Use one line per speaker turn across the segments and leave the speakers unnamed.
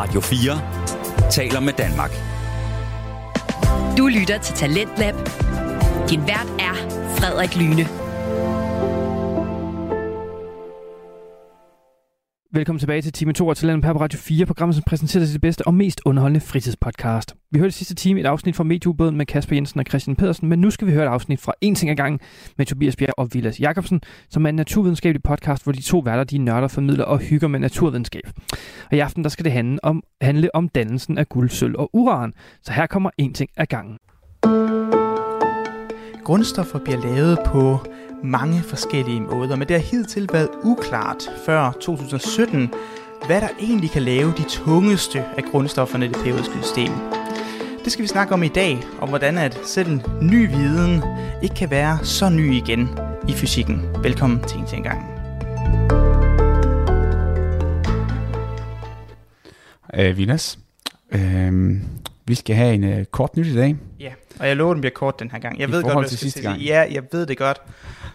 Radio 4 taler med Danmark.
Du lytter til Talentlab. Din vært er Frederik Lyne.
Velkommen tilbage til time 2 af Talentlab på Radio 4, programmet som præsenterer sig det bedste og mest underholdende fritidspodcast. Vi hørte sidste time et afsnit fra Medieubåden med Kasper Jensen og Christian Pedersen, men nu skal vi høre et afsnit fra En ting ad gangen med Tobias Bjerg og Vilas Jacobsen, som er en naturvidenskabelig podcast, hvor de to værter, de nørder, formidler og hygger med naturvidenskab. Og i aften der skal det handle om dannelsen af guld, sølv og uran. Så her kommer En ting ad gangen.
Grundstoffer bliver lavet på mange forskellige måder, men det har hidtil været uklart før 2017, hvad der egentlig kan lave de tungeste af grundstofferne i det periodiske system. Det skal vi snakke om i dag, om hvordan at selv ny viden ikke kan være så ny igen i fysikken. Velkommen til En ting ad gangen.
Vilas, vi skal have en kort nyt i dag.
Ja, og jeg lover, den bliver kort den her gang. Jeg ved godt, hvad jeg skal sige. Ja, jeg ved det godt.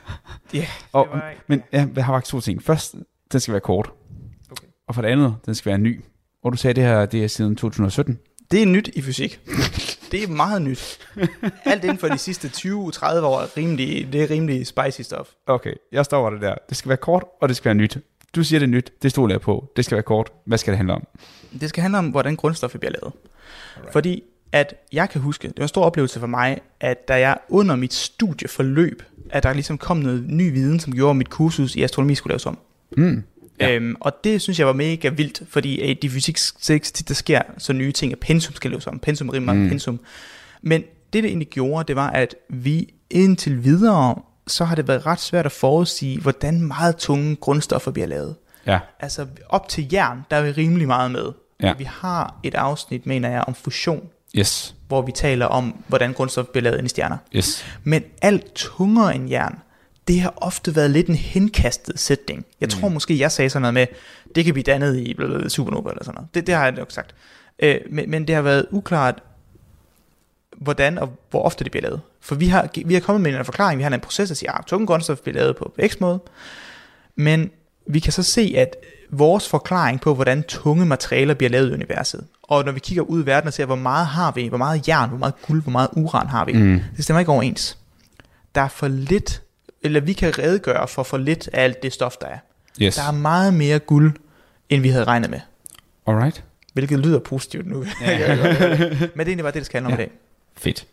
Men jeg har faktisk to ting. Først, den skal være kort. Okay. Og for det andet, den skal være ny. Og du sagde, det her det er siden 2017.
Det er nyt i fysik. Det er meget nyt. Alt inden for de sidste 20-30 år er rimelig spicy stuff.
Okay, jeg står over det der. Det skal være kort, og det skal være nyt. Du siger det er nyt, det stoler jeg på. Det skal være kort. Hvad skal det handle om?
Det skal handle om, hvordan grundstoffer bliver lavet. Alright. Fordi at jeg kan huske, det var en stor oplevelse for mig, at da jeg under mit studieforløb, at der ligesom kom noget ny viden, som gjorde, at mit kursus i astronomi skulle laves om. Ja. Og det synes jeg var mega vildt, fordi i fysik tit der sker så nye ting, at pensum skal laves om. Pensum rimer pensum. Men det egentlig gjorde, det var, at vi indtil videre, så har det været ret svært at forudsige, hvordan meget tunge grundstoffer bliver lavet.
Ja.
Altså op til jern, der er vi rimelig meget med.
Ja.
Vi har et afsnit, mener jeg, om fusion.
Yes.
Hvor vi taler om, hvordan grundstof bliver lavet ind i stjerner.
Yes.
Men alt tungere end jern, det har ofte været lidt en henkastet sætning. Jeg tror måske, jeg sagde sådan noget med, det kan blive dannet i supernova eller sådan noget. Det har jeg nok sagt. Men det har været uklart, hvordan og hvor ofte det bliver lavet. For vi har kommet med en forklaring. Vi har en proces, der siger, at tunge grundstof bliver lavet på x måde. Men vi kan så se, at vores forklaring på, hvordan tunge materialer bliver lavet i universet, og når vi kigger ud i verden og ser, hvor meget har vi, hvor meget jern, hvor meget guld, hvor meget uran har vi, det stemmer ikke overens. Der er for lidt, eller vi kan redegøre for lidt af alt det stof, der er.
Yes.
Der er meget mere guld, end vi havde regnet med.
Alright.
Hvilket lyder positivt nu.
Ja.
Men det er egentlig bare det, der skal handle om i dag.
Fedt.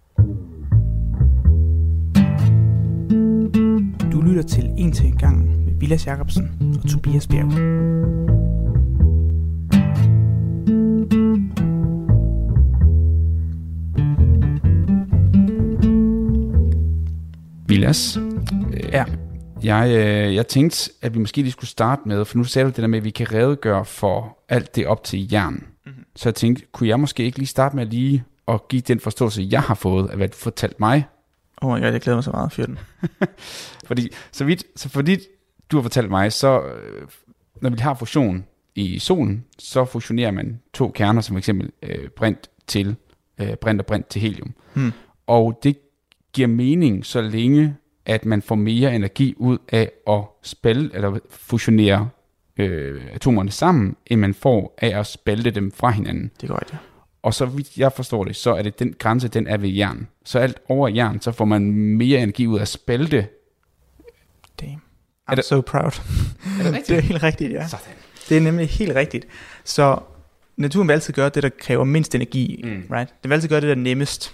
Du lytter til En ting ad gangen med Vilas Jacobsen og Tobias Bjerg.
Vilas.
Ja.
Jeg tænkte, at vi måske lige skulle starte med, for nu sagde du det der med, at vi kan redegøre for alt det op til jern. Mm-hmm. Så jeg tænkte, kunne jeg måske ikke lige starte med lige at give den forståelse, jeg har fået af, hvad du fortalte mig?
Jeg glæder mig så meget, fyr den.
Fordi du har fortalt mig, så når vi har fusion i solen, så fusionerer man to kerner, som f.eks. brint og brint til helium. Og det giver mening, så længe at man får mere energi ud af at spalte eller fusionere atomerne sammen, end man får af at spalte dem fra hinanden.
Det går ikke.
Og så vidt jeg forstår det, så er det den grænse, den er ved jern. Så alt over jern, så får man mere energi ud af at spalte.
Damn. I'm so proud.
Er det rigtigt?
Det er helt rigtigt, ja.
Sådan.
Det er nemlig helt rigtigt. Så naturen vil altid gøre det, der kræver mindst energi. Right? Den vil altid gøre det, der er nemmest.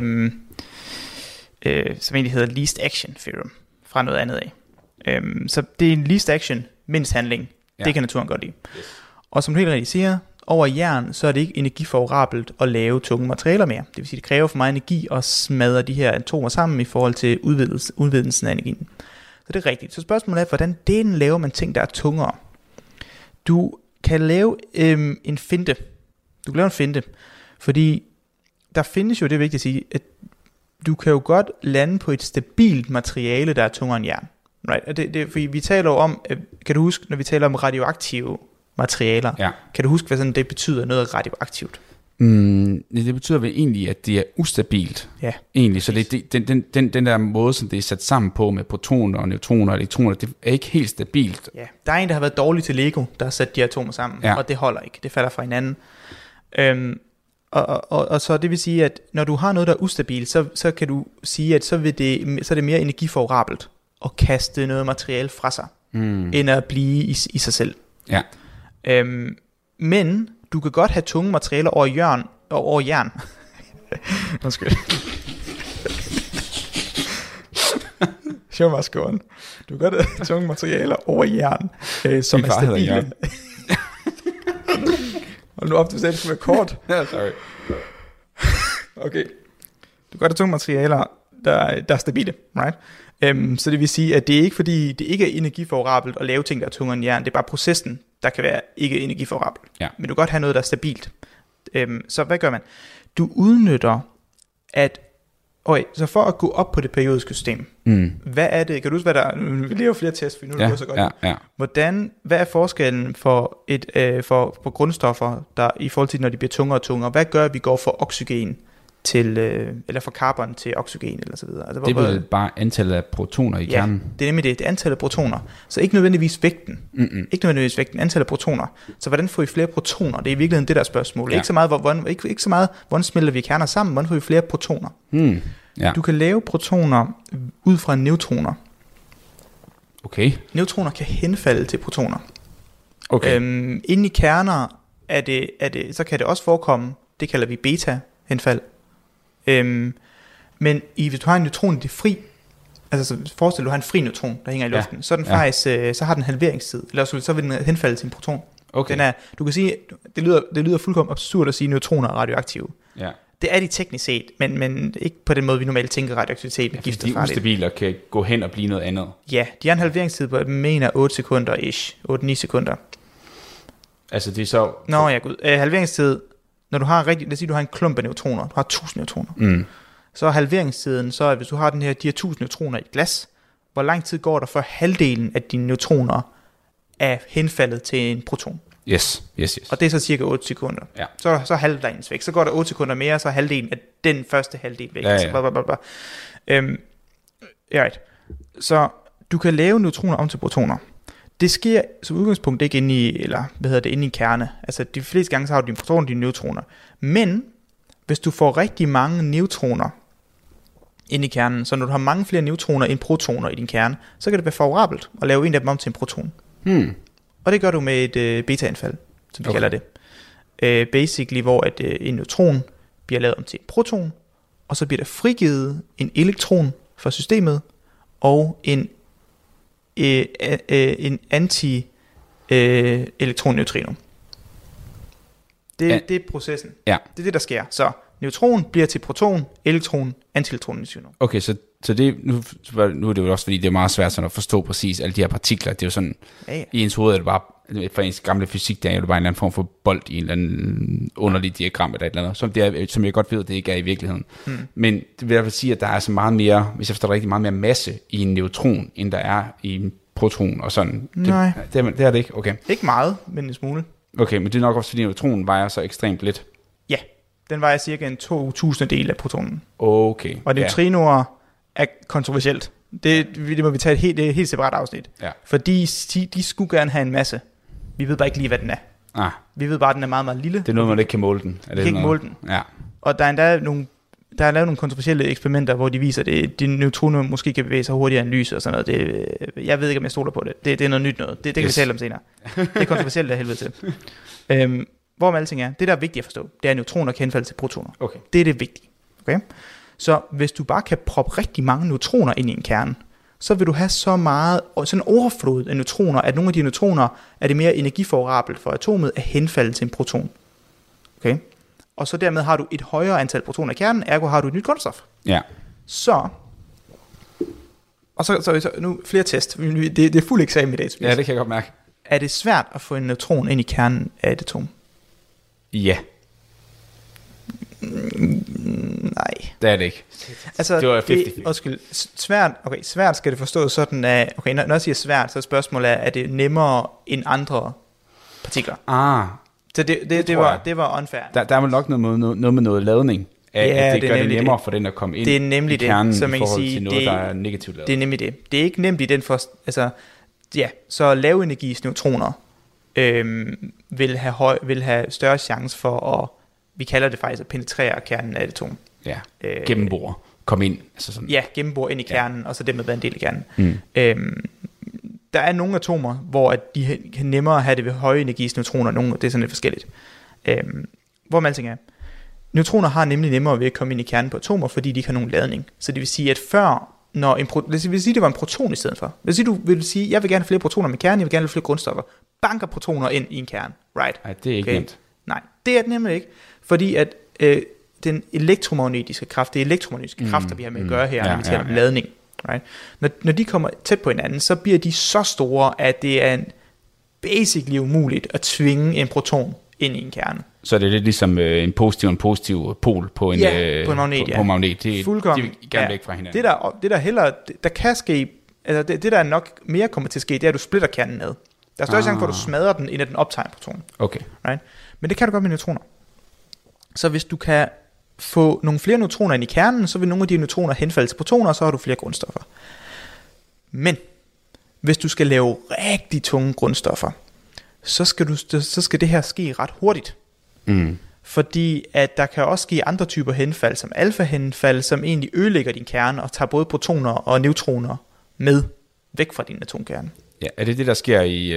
Som egentlig hedder least action theorem, fra noget andet af. Så det er en least action, mindst handling. Ja. Det kan naturen godt lide. Yes. Og som du helt rigtigt siger, over jern, så er det ikke energifavorabelt at lave tunge materialer mere. Det vil sige, det kræver for meget energi at smadre de her atomer sammen i forhold til udvidelsen af energien. Så det er rigtigt. Så spørgsmålet er, hvordan den laver man ting, der er tungere? Du kan lave en finte. Du kan lave en finte, fordi der findes jo, det er vigtigt at sige, at du kan jo godt lande på et stabilt materiale, der er tungere end jern. Right? Og det, fordi vi taler jo om, kan du huske, når vi taler om radioaktive materialer, kan du huske, hvad sådan det betyder, noget radioaktivt?
Det betyder vel egentlig, at det er ustabilt.
Ja.
Egentlig, så det, den der måde, som det er sat sammen på med protoner og neutroner og elektroner, det er ikke helt stabilt.
Ja. Der er en, der har været dårlig til Lego, der har sat de atomer sammen, og det holder ikke. Det falder fra hinanden. Og så det vil sige, at når du har noget, der er ustabilt, så kan du sige, at så er det mere energifavorabelt at kaste noget materiale fra sig, end at blive i sig selv.
Ja.
Men du kan godt have tunge materialer over jern. Undskyld. Show must go on. Du kan godt have tunge materialer over jern, som er stabile. Og nu op, du sagde, det skulle være kort.
Ja, sorry.
Okay. Du kan godt have tunge materialer, der er stabile, right? Så det vil sige, at det er ikke fordi, det ikke er energifavorabelt at lave ting, der er tungere end jern. Det er bare processen, der kan være ikke energifavorabelt.
Ja.
Men du kan godt have noget, der er stabilt. Så hvad gør man? Du udnytter, at så for at gå op på det periodiske system, hvad er det? Kan du huske, hvad der er? Vi laver flere tests, for nu er det gået så godt.
Ja.
Hvad er forskellen for grundstoffer, der i forhold til, når de bliver tungere og tungere? Hvad gør, at vi går fra oxygen til, eller fra carbon til oxygen, eller så videre? Altså,
det er vel bare antallet af protoner i kernen.
Det er nemlig det. Det er antallet af protoner. Så ikke nødvendigvis vægten. Ikke nødvendigvis vægten, antallet af protoner. Så hvordan får vi flere protoner? Det er i virkeligheden det der spørgsmål. Ja. Ikke så meget, hvordan smelter vi kerner sammen? Hvordan får vi flere protoner?
Ja.
Du kan lave protoner ud fra neutroner.
Okay.
Neutroner kan henfalde til protoner.
Okay.
Inde i kerner så kan det også forekomme, det kalder vi beta-henfald. Men hvis du har en neutron, det er fri, altså så forestil dig, du har en fri neutron, der hænger i luften, så er den faktisk, så har den halveringstid, eller så vil den henfalde til en proton.
Okay.
Du kan sige, det lyder fuldkommen absurd at sige, at neutroner er radioaktive.
Ja.
Det er de teknisk set, men ikke på den måde, vi normalt tænker radioaktivitet med gift og farligt.
De er ustabile og kan gå hen og blive noget andet.
Ja, de har en halveringstid på, mener 8 sekunder-ish, 8-9 sekunder.
Altså det er så...
Nå ja, gud. Halveringstid, når du har lad os sige, du har en klump af neutroner, du har 1000 neutroner, så er halveringstiden, så hvis du har de her 1000 neutroner i et glas, hvor lang tid går der for halvdelen af dine neutroner er henfaldet til en proton?
Yes.
Og det er så cirka 8 sekunder.
Ja.
Så er halvdelen væk. Så går der 8 sekunder mere, så er halvdelen af den første halvdel væk.
Ja.
Right. Så du kan lave neutroner om til protoner. Det sker som udgangspunkt ikke inde i, inde i en kerne. Altså de fleste gange så har du dine protoner og dine neutroner. Men hvis du får rigtig mange neutroner inde i kernen, så når du har mange flere neutroner end protoner i din kerne, så kan det være favorabelt at lave en af dem om til en proton. Og det gør du med et beta-indfald, som vi kalder det. Basically, hvor at en neutron bliver lavet om til en proton, og så bliver der frigivet en elektron fra systemet, og en anti-elektron-neutrino. Det er processen.
Ja.
Det er det, der sker. Så neutron bliver til proton, elektron, anti-elektron-neutrino.
Okay, så det, nu er det jo også, fordi det er meget svært sådan at forstå præcis alle de her partikler. Det er jo sådan, i ens hoved er det bare, for ens gamle fysik, der er jo bare en eller anden form for bold i en eller anden underlig diagram eller et eller andet, som jeg godt ved, det ikke er i virkeligheden. Men det vil i hvert fald sige, at der er så meget mere, hvis jeg forstår det rigtigt, meget mere masse i en neutron, end der er i en proton og sådan.
Nej.
Det er det ikke? Okay.
Ikke meget, men en smule.
Okay, men det er nok også, fordi neutronen vejer så ekstremt lidt.
Ja, den vejer cirka en 2000 del af protonen.
Okay.
Og neutrinoer er kontroversielt. Det må vi tage et helt separat afsnit.
Ja.
Fordi de skulle gerne have en masse. Vi ved bare ikke lige, hvad den er. Vi ved bare, at den er meget, meget lille.
Det er noget, man ikke kan måle den.
Man kan ikke måle den.
Ja.
Og der er lavet nogle kontroversielle eksperimenter, hvor de viser, at de neutroner måske kan bevæge sig hurtigere end lys og sådan noget. Jeg ved ikke, om jeg stoler på det. Det er noget nyt noget. Det kan vi tale om senere. Det er kontroversielt af helvede til. Hvorom alting er, det der er vigtigt at forstå, det er, at neutroner kan henfalde til protoner.
Okay.
Det er det vigtige. Okay? Så hvis du bare kan proppe rigtig mange neutroner ind i en kerne, så vil du have så meget, sådan en overflod af neutroner, at nogle af de neutroner er det mere energifavorabelt for atomet at henfalde til en proton. Okay? Og så dermed har du et højere antal protoner i kernen, ergo har du et nyt grundstof.
Ja.
Så nu flere test. Det er fuld eksamen i dag.
Ja, det kan jeg godt mærke.
Er det svært at få en neutron ind i kernen af et atom?
Ja.
Nej.
Det er det ikke.
Altså,
det var 50-50.
Svært skal det forstås sådan, at når jeg siger svært, så er spørgsmålet er det nemmere end andre partikler? Så det var unfair.
Der er vel nok noget med noget ladning, at det gør det nemmere for den at komme ind i kernen
så man
i forhold
kan sige,
til noget, der er negativt lavet.
Det er nemlig det. Det er ikke nemt i den for... Altså, ja, så lavenergis neutroner vil have større chance for at... Vi kalder det faktisk at penetrere kernen af et atom.
Ja, gennembore. Kom ind. Altså sådan.
Ja, gennembore ind i kernen, og så det med at være en del af kernen. Der er nogle atomer, hvor at de kan nemmere have det ved høje energis neutroner, nogle, det er sådan lidt forskelligt. Hvor man tænker, neutroner har nemlig nemmere ved at komme ind i kernen på atomer, fordi de ikke har nogen ladning. Så det vil sige, at før, lad os sige, det var en proton i stedet for. Lad os sige, du vil sige, jeg vil gerne have flere protoner med kernen, jeg vil gerne have flere grundstoffer. Banker protoner ind i en kerne, right?
Nej, det er ikke nemt.
Nej, det er det nemlig ikke, fordi at den elektromagnetiske kraft, det er elektromagnetiske kræfter, vi har med at gøre her, når vi taler om ladning. Right? Når de kommer tæt på hinanden, så bliver de så store, at det er basically umuligt at tvinge en proton ind i en kerne.
Så det er lidt ligesom en positiv pol på en,
på en magnet.
På magnet. De
er
gerne væk fra hinanden.
Det der heller, der kan ske, altså det der nok mere kommer til at ske, det er, at du splitter kernen ned. Der er større chance for, at du smadrer den, end at den optager en proton.
Okay.
Right? Men det kan du godt med neutroner. Så hvis du kan få nogle flere neutroner ind i kernen, så vil nogle af de neutroner henfalde til protoner, og så har du flere grundstoffer. Men hvis du skal lave rigtig tunge grundstoffer, så skal det her ske ret hurtigt. Fordi at der kan også ske andre typer henfald, som alfa-henfald, som egentlig ødelægger din kerne og tager både protoner og neutroner med væk fra din atomkerne.
Ja, er det der sker i,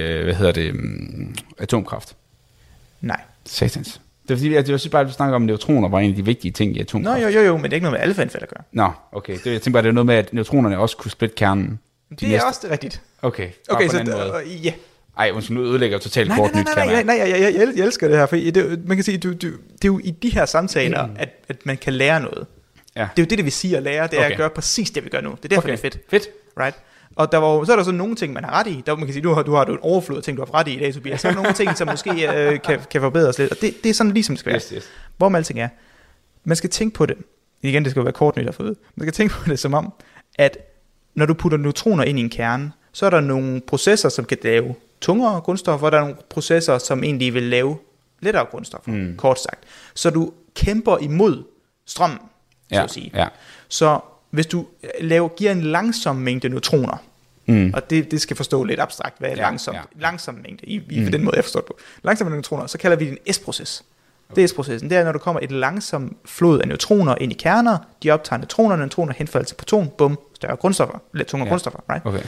atomkraft?
Nej.
Satans. Det er fordi, jeg synes bare, at du snakker om neutroner var en af de vigtige ting i atomkraft.
Nå, jo, men det er ikke noget med alfa-henfald at gøre.
Nå, okay. Jeg tænker bare, det er noget med, at neutronerne også kunne splitte kernen.
Det er også det rigtigt.
Okay,
så ja.
Ej, nu ødelægger jeg totalt kort nyt.
Nej, jeg elsker det her, for man kan sige, det er jo i de her samtaler, at man kan lære noget. Ja. Det er jo det vi siger at lære, det er at gøre præcis det, vi gør nu. Det er derfor, det er fedt.
Fedt.
Right? Og så er der så nogle ting, man har ret i. Der man kan sige, du har en overflod af ting, du har ret i dag, Tobias. Så er der nogle ting, som måske kan forbedres lidt. Og det er sådan ligesom det skal være.
Yes.
Hvor man alting er. Man skal tænke på det. Igen, det skal jo være kort nyt at få ud. Man skal tænke på det som om, at når du putter neutroner ind i en kerne, så er der nogle processer, som kan lave tungere grundstoffer, og der er nogle processer, som egentlig vil lave lettere grundstoffer, kort sagt. Så du kæmper imod strømmen, så at sige. Ja. Så hvis du giver en langsom mængde neutroner, og det skal forstå lidt abstrakt, hvad er langsom mængde, i den måde, jeg forstår det på. Langsom mængde neutroner, så kalder vi det en S-proces. Det er S-processen. Det er, når der kommer et langsom flod af neutroner ind i kerner, de optager neutroner henfalder til proton, bum, større grundstoffer, lidt tungere grundstoffer, right? Okay.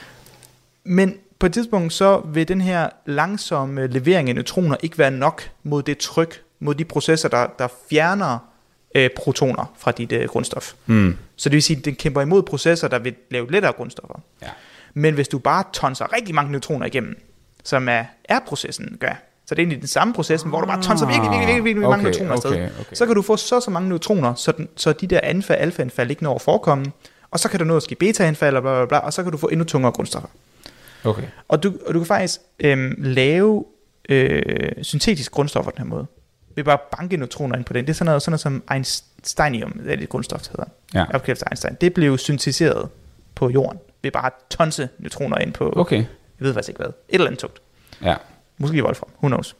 Men på et tidspunkt, så vil den her langsomme levering af neutroner ikke være nok mod det tryk, mod de processer, der fjerner protoner fra dit grundstof. Så det vil sige, at den kæmper imod processer, der vil lave lettere grundstoffer. Ja. Men hvis du bare tonser rigtig mange neutroner igennem, som er R-processen gør, så det er egentlig den samme proces, hvor du bare tonser virkelig mange neutroner afsted. Så kan du få så mange neutroner, så de der alfa-anfald ikke når at forekomme, og så kan der nå at ske beta-anfald, og så kan du få endnu tungere grundstoffer. Okay. Og du kan faktisk lave syntetisk grundstoffer på den her måde. Vi bare banke neutroner ind på den. Det er sådan noget som Einsteinium, det er det grundstof, der hedder. Ja. Opkaldt Einstein. Det blev syntetiseret på jorden. Vi bare tonse neutroner ind på, jeg ved faktisk ikke hvad, et eller andet tungt. Ja. Måske Wolfram, who knows.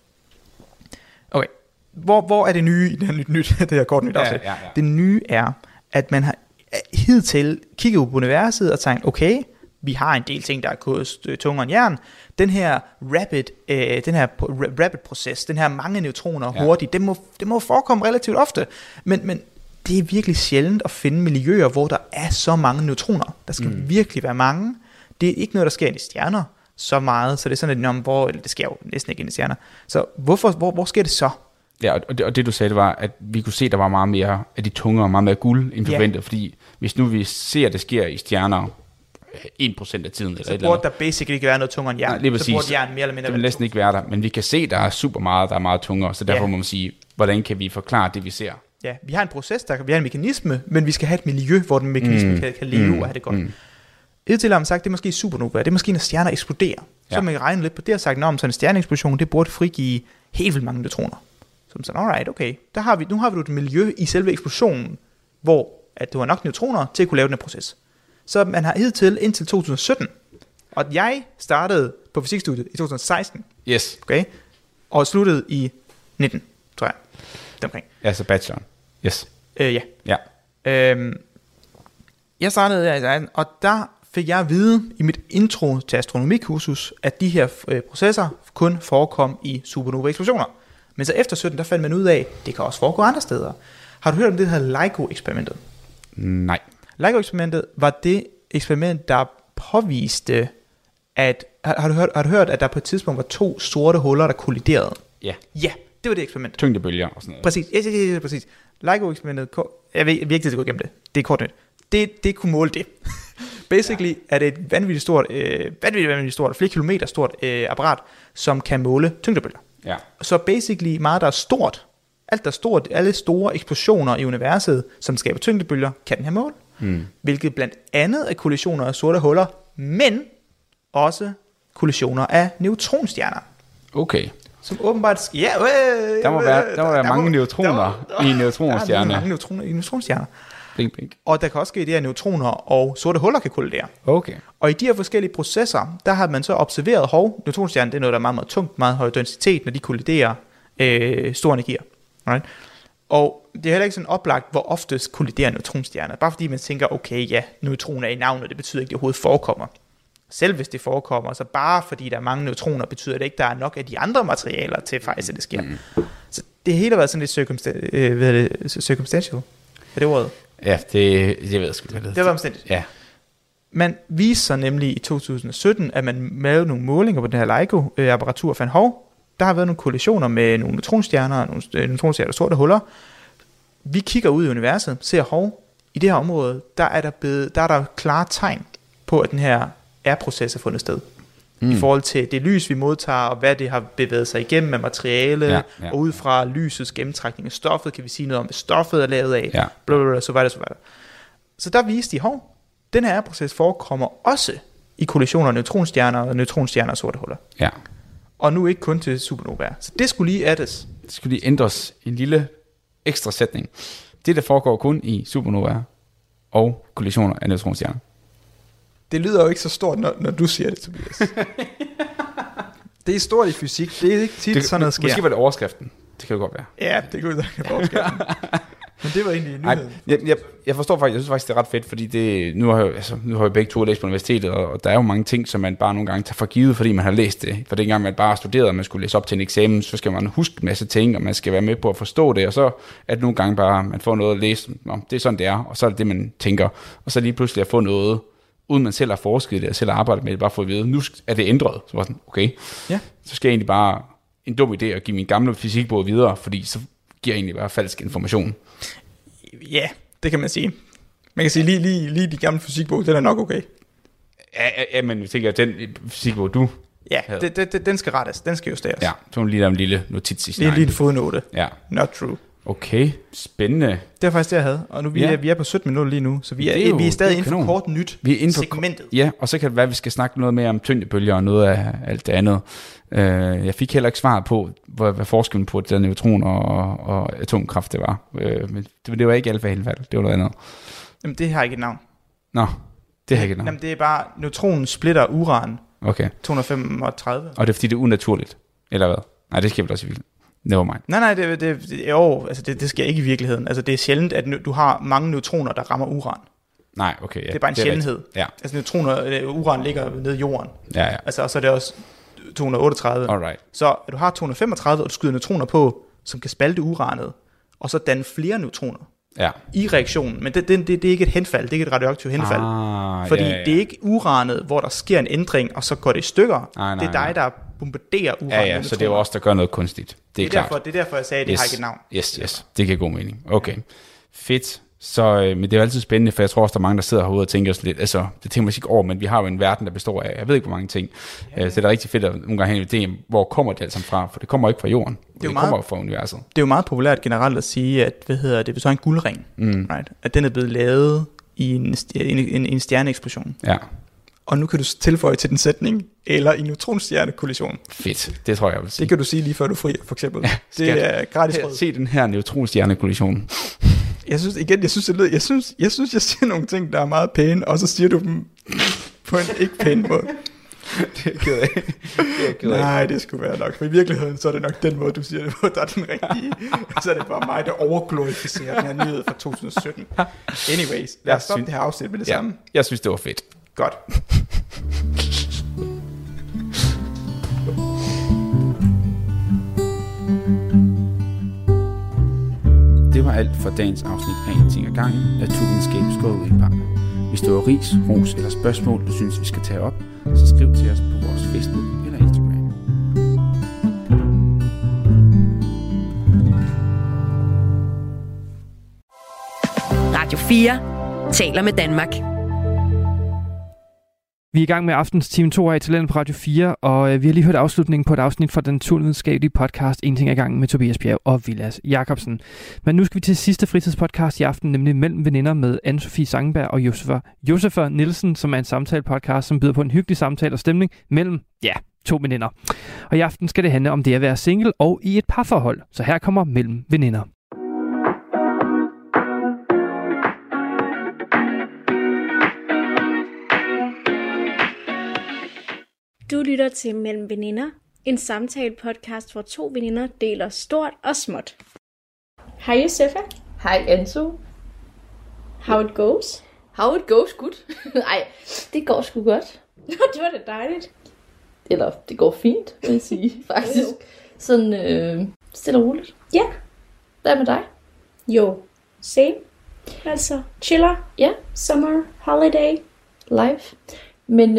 Okay, hvor er det nye i det her det her kort nyt afsnit? Ja. Det nye er, at man har hidtil kigget på universet og tænkt, okay, vi har en del ting, der er gået tungere end jern. Den her rapid proces, den her mange neutroner hurtigt, det må forekomme relativt ofte. Men det er virkelig sjældent at finde miljøer, hvor der er så mange neutroner. Der skal virkelig være mange. Det er ikke noget, der sker i stjerner så meget, så det er sådan et det sker jo næsten ikke i stjerner. Så hvor sker det så?
Ja, og det du sagde, det var, at vi kunne se, at der var meget mere af de tungere, meget mere guld end forventet, fordi hvis nu vi ser, at det sker i stjerner 1% af tiden,
så burde der basically ikke være noget tungere end jern.
Nej, så burde
jern mere eller mindre.
Det vil næsten ikke være der, men vi kan se, at der er super meget, der er meget tungere, så derfor må man sige, hvordan kan vi forklare det, vi ser?
Ja, vi har en proces, vi har en mekanisme, men vi skal have et miljø, hvor den mekanisme kan leve og have det godt. Indtil har man sagt, det er måske supernova, det er måske, når stjerner eksploderer. Så man kan regne lidt på det og sagt, om sådan en stjerneeksplosion, det burde frigive helt vildt mange neutroner. Så sådan, alright, okay, nu har vi et miljø i selve eksplosionen, hvor at du har nok neutroner til at kunne lave den her proces. Så man har indtil 2017, og jeg startede på fysikstudiet i 2016.
Yes.
Okay, og sluttede i 19, tror jeg. Deromkring.
Altså bacheloren. Yes.
Ja.
Ja.
Jeg startede, og der fik jeg at vide i mit intro til astronomikursus, at de her processer kun forekom i supernova-eksplosioner. Men så efter 17, der fandt man ud af, at det kan også foregå andre steder. Har du hørt om det her LIGO-eksperimentet?
Nej.
LIGO-eksperimentet var det eksperiment, der påviste, at... Har du hørt, at der på et tidspunkt var 2 sorte huller, der kolliderede?
Ja.
Ja, det var det eksperiment.
Tyngdebølger og sådan noget.
Præcis. Ja, præcis. LIGO-eksperimentet... Jeg ved ikke, til at gå igennem det. Det er kort nyt. Det kunne måle det. Basically er det et vanvittigt stort, flere kilometer stort apparat, som kan måle tyngdebølger.
Ja.
Så basically meget, der er stort, alt der er stort, alle store eksplosioner i universet, som skaber tyngdebølger, kan den her måle. Hvilket blandt andet er kollisioner af sorte huller, men også kollisioner af neutronstjerner.
Okay.
Som åbenbart... Ja,
der må være mange neutroner i neutronstjerner.
Der er mange neutroner i neutronstjerner.
Blink, blink.
Og der kan også ske det, at neutroner og sorte huller kan kollidere.
Okay.
Og i de her forskellige processer, der har man så observeret, neutronstjerner, det er noget, der er meget, meget tungt, meget høj densitet, når de kolliderer store energier. Right? Og det er heller ikke sådan oplagt, hvor oftest kolliderer neutronstjerner. Bare fordi man tænker, okay, ja, neutroner er i navnet, det betyder ikke, at det overhovedet forekommer. Selv hvis det forekommer, så bare fordi der er mange neutroner, betyder det ikke, at der er nok af de andre materialer til faktisk, at det sker. Så det hele har været sådan lidt circumstantial. Er det ordet?
Ja, det ved jeg sgu.
Det var omstændigt.
Ja.
Man viste sig nemlig i 2017, at man lavede nogle målinger på den her LIGO-apparatur og fandt, der har været nogle kollisioner med nogle neutronstjerner og nogle neutronstjerner og sorte huller. Vi kigger ud i universet, ser, i det her område, der er der klare tegn på, at den her R-proces er fundet sted. I forhold til det lys, vi modtager, og hvad det har bevæget sig igennem med materiale, og ud fra lysets gennemtrækning af stoffet, kan vi sige noget om, hvad stoffet er lavet af, blablabla, så videre. Så der viste de, den her R-proces forekommer også i kollisioner af neutronstjerner og sorte huller.
Ja.
Og nu ikke kun til supernovaer. Så det skulle lige addes.
Det skulle lige ændres en lille ekstra sætning. Det, der foregår kun i supernovaer og kollisioner af neutronstjerner.
Det lyder jo ikke så stort, når du siger det, Tobias. Det er stort i fysik. Det er ikke tit sådan noget sker.
Måske var det overskriften. Det kan jo godt være.
Ja, det kunne være overskriften. Men det var egentlig nyheden.
Jeg forstår faktisk, jeg synes faktisk, det er ret fedt, fordi nu har jeg begge to læst på universitetet, og der er jo mange ting, som man bare nogle gange tager for givet, fordi man har læst det. For dengang man bare studerede, og man skulle læse op til en eksamen, så skal man huske en masse ting, og man skal være med på at forstå det, og så er det nogle gange bare, man får noget at læse, det er sådan det er, og så er det det, man tænker. Og så lige pludselig at få noget, uden man selv har forsket det, og selv har arbejdet med det, bare for at vide, nu er det ændret. Så var sådan, okay, så skal jeg egentlig bare en dum idé at give min gamle fysikbog videre, fordi så giver jeg egentlig bare falsk information.
Ja, det kan man sige. Man kan sige, lige de gamle fysikbog, den er nok okay.
Ja, men jeg tænker, at den fysikbog, du
havde. Den skal rettes, den skal justeres.
Ja, så lige der en lille notits i
snakken. Lige en fodnote.
Ja.
Not true.
Okay, spændende.
Det var faktisk det, jeg havde. Og nu vi er på 17 minutter lige nu, så vi er stadig inden for kort nyt segmentet.
Ja, og så kan det være, at vi skal snakke noget mere om tyngdebølger og noget af alt det andet. Jeg fik heller ikke svaret på, hvad forskellen på det der neutroner og atomkraft det var. Men det var ikke alfa helt fald. Det var noget andet.
Jamen, det har ikke et navn.
Nå, det har ikke et navn.
Jamen, det er bare, neutronen splitter uran.
Okay.
235.
Og det er fordi, det er unaturligt, eller hvad? Nej, det skal vel også i virkeligheden. Never mind.
Nej, det sker ikke i virkeligheden. Altså, det er sjældent, at du har mange neutroner, der rammer uran.
Nej, okay. Ja.
Det er bare en sjældenhed.
Ja.
Altså, uran ligger nede i jorden.
Ja.
Altså, og så er det også 238.
Alright.
Så at du har 235, og du skyder neutroner på, som kan spalte uranet, og så danne flere neutroner i reaktionen. Men det er ikke et henfald, det er ikke et radioaktivt henfald. Fordi det er ikke uranet, hvor der sker en ændring, og så går det i stykker. Det er dig, der bombarderer uranet.
Ja, så det er jo også der gør noget kunstigt. Det er klart.
Det er derfor, jeg sagde, at det har ikke et navn.
Yes, det giver god mening. Okay, fedt. Så, men det er jo altid spændende, for jeg tror også, der er mange, der sidder herude og tænker os lidt, altså, det tænker man ikke over, men vi har jo en verden, der består af, jeg ved ikke, hvor mange ting. Så det er rigtig fedt at nogle gange have en idé, hvor kommer det alt sammen fra, for det kommer ikke fra jorden, det kommer fra universet. Det
er jo meget populært generelt at sige, at, hvis så en guldring, right? At den er blevet lavet i en stjerneeksplosion.
Ja.
Og nu kan du tilføje til den sætning, eller i neutronstjernekollision.
Fedt, det tror jeg vil sige.
Det kan du sige lige før du frier, for eksempel. Ja, det er gratis råd.
Se den her neutronstjernekollision.
Jeg synes, jeg siger nogle ting, der er meget pæne, og så siger du dem på en ikke pæn måde.
Det er jeg ked af.
Nej, det skulle være nok. For i virkeligheden, så er det nok den måde, du siger det på, der er den rigtige. Så er det bare mig, der overglorificerer den her nyhed fra 2017. Anyways, lad os stoppe det her afsnit med det samme.
Jeg synes, det var fedt.
Godt.
Det var alt for dagens afsnit af En ting ad gangen af Naturvidenskab skåret ud i pap. Hvis du har ris, ros eller spørgsmål, du synes, vi skal tage op, så skriv til os på vores Facebook eller Instagram.
Radio 4 taler med Danmark.
Vi er i gang med aftens time 2 her i Talent på Radio 4, og vi har lige hørt afslutningen på et afsnit fra den naturvidenskabelige podcast En ting ad gangen med Tobias Bjerg og Vilas Jacobsen. Men nu skal vi til sidste fritidspodcast i aften, nemlig Mellem Veninder med Anne-Sophie Sangenberg og Josefa Nielsen, som er en samtale-podcast, som byder på en hyggelig samtale og stemning mellem, to veninder. Og i aften skal det handle om det at være single og i et parforhold. Så her kommer Mellem Veninder.
Du lytter til Mellem Veninder, en samtale-podcast, hvor to veninder deler stort og småt. Hej Josefa.
Hej Anso.
How it goes?
How it goes, good. Nej, det går sgu godt.
Det var da dejligt.
Eller, det går fint, vil jeg sige, faktisk. Sådan stille og roligt.
Ja.
Hvad med dig?
Jo, same. Altså, chiller.
Ja.
Summer, holiday.
Life. Men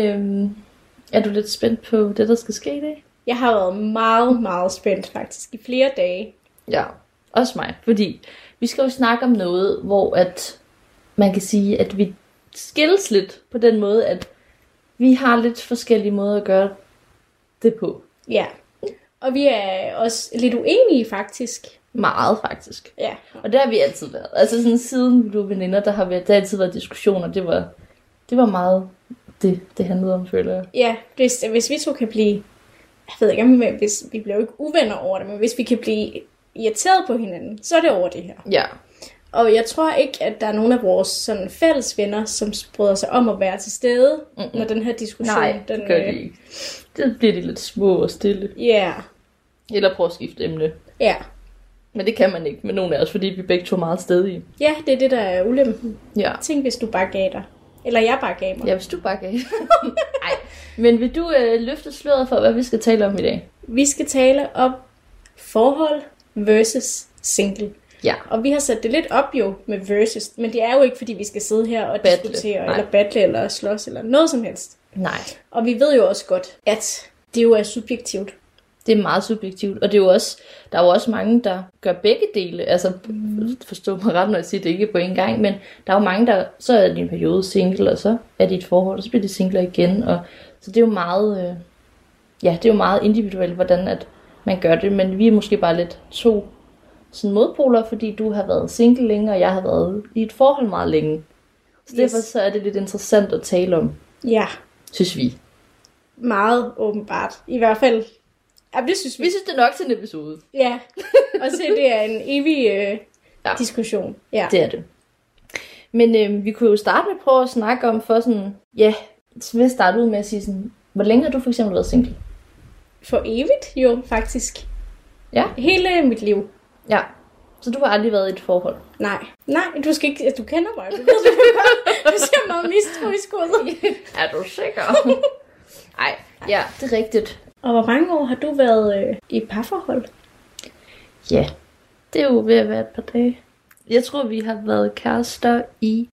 er du lidt spændt på det, der skal ske i dag?
Jeg har været meget, meget spændt faktisk i flere dage.
Ja, også mig. Fordi vi skal jo snakke om noget, hvor at man kan sige, at vi skilles lidt på den måde, at vi har lidt forskellige måder at gøre det på.
Ja, og vi er også lidt uenige faktisk.
Meget faktisk.
Ja.
Og det har vi altid været. Altså sådan siden vi blev veninder, der har altid været diskussioner. Det var meget det handlede om, føler jeg.
Ja, hvis vi to kan blive, jeg ved ikke om vi bliver jo ikke uvenner over det, men hvis vi kan blive irriteret på hinanden, så er det over det her.
Ja.
Og jeg tror ikke, at der er nogen af vores sådan fælles venner, som bryder sig om at være til stede, når den her diskussion...
Nej, det gør de ikke. Det bliver de lidt små og stille.
Ja. Yeah.
Eller prøve at skifte emne.
Ja. Yeah.
Men det kan man ikke med nogen af os, fordi vi begge to er meget stedige.
Ja, det er det, der er ulempen.
Ja.
Tænk, hvis du bare gav dig. Eller jeg bare gav mig.
Ja, hvis du bare gav. Nej. Men vil du løfte sløret for, hvad vi skal tale om i dag?
Vi skal tale om forhold versus single.
Ja.
Og vi har sat det lidt op jo med versus, men det er jo ikke, fordi vi skal sidde her og diskutere, eller battle, eller slås, eller noget som helst.
Nej.
Og vi ved jo også godt, at det jo er subjektivt.
Det er meget subjektivt, og det er jo også, der er jo også mange, der gør begge dele. Altså, forstå mig ret, når jeg siger det ikke på en gang, men der er jo mange, der, så er de en periode single, og så er de et forhold, og så bliver de singler igen. Og, så det er jo meget, det er jo meget individuelt, hvordan at man gør det, men vi er måske bare lidt to sådan modpoler, fordi du har været single længe, og jeg har været i et forhold meget længe. Så derfor så er det lidt interessant at tale om.
Ja.
Synes vi.
Meget åbenbart. I hvert fald. Ja, det synes vi.
Vi synes det er nok til en episode.
Ja. Og så det er en evig diskussion. Ja.
Det er det. Men vi kunne jo starte med at prøve at snakke om for sådan, så vil jeg starte ud med at sige sådan, hvor længe har du for eksempel været single?
For evigt jo, faktisk.
Ja. Hele
mit liv.
Ja. Så du har aldrig været i et forhold?
Nej, du skal ikke, du kender mig. Du ved det godt. Du ser meget mistroisk ud.
Er du sikker? Nej, ja, det er rigtigt.
Og hvor mange år har du været i parforhold?
Ja, det er jo ved at være et par dage. Jeg tror, vi har været kærester i...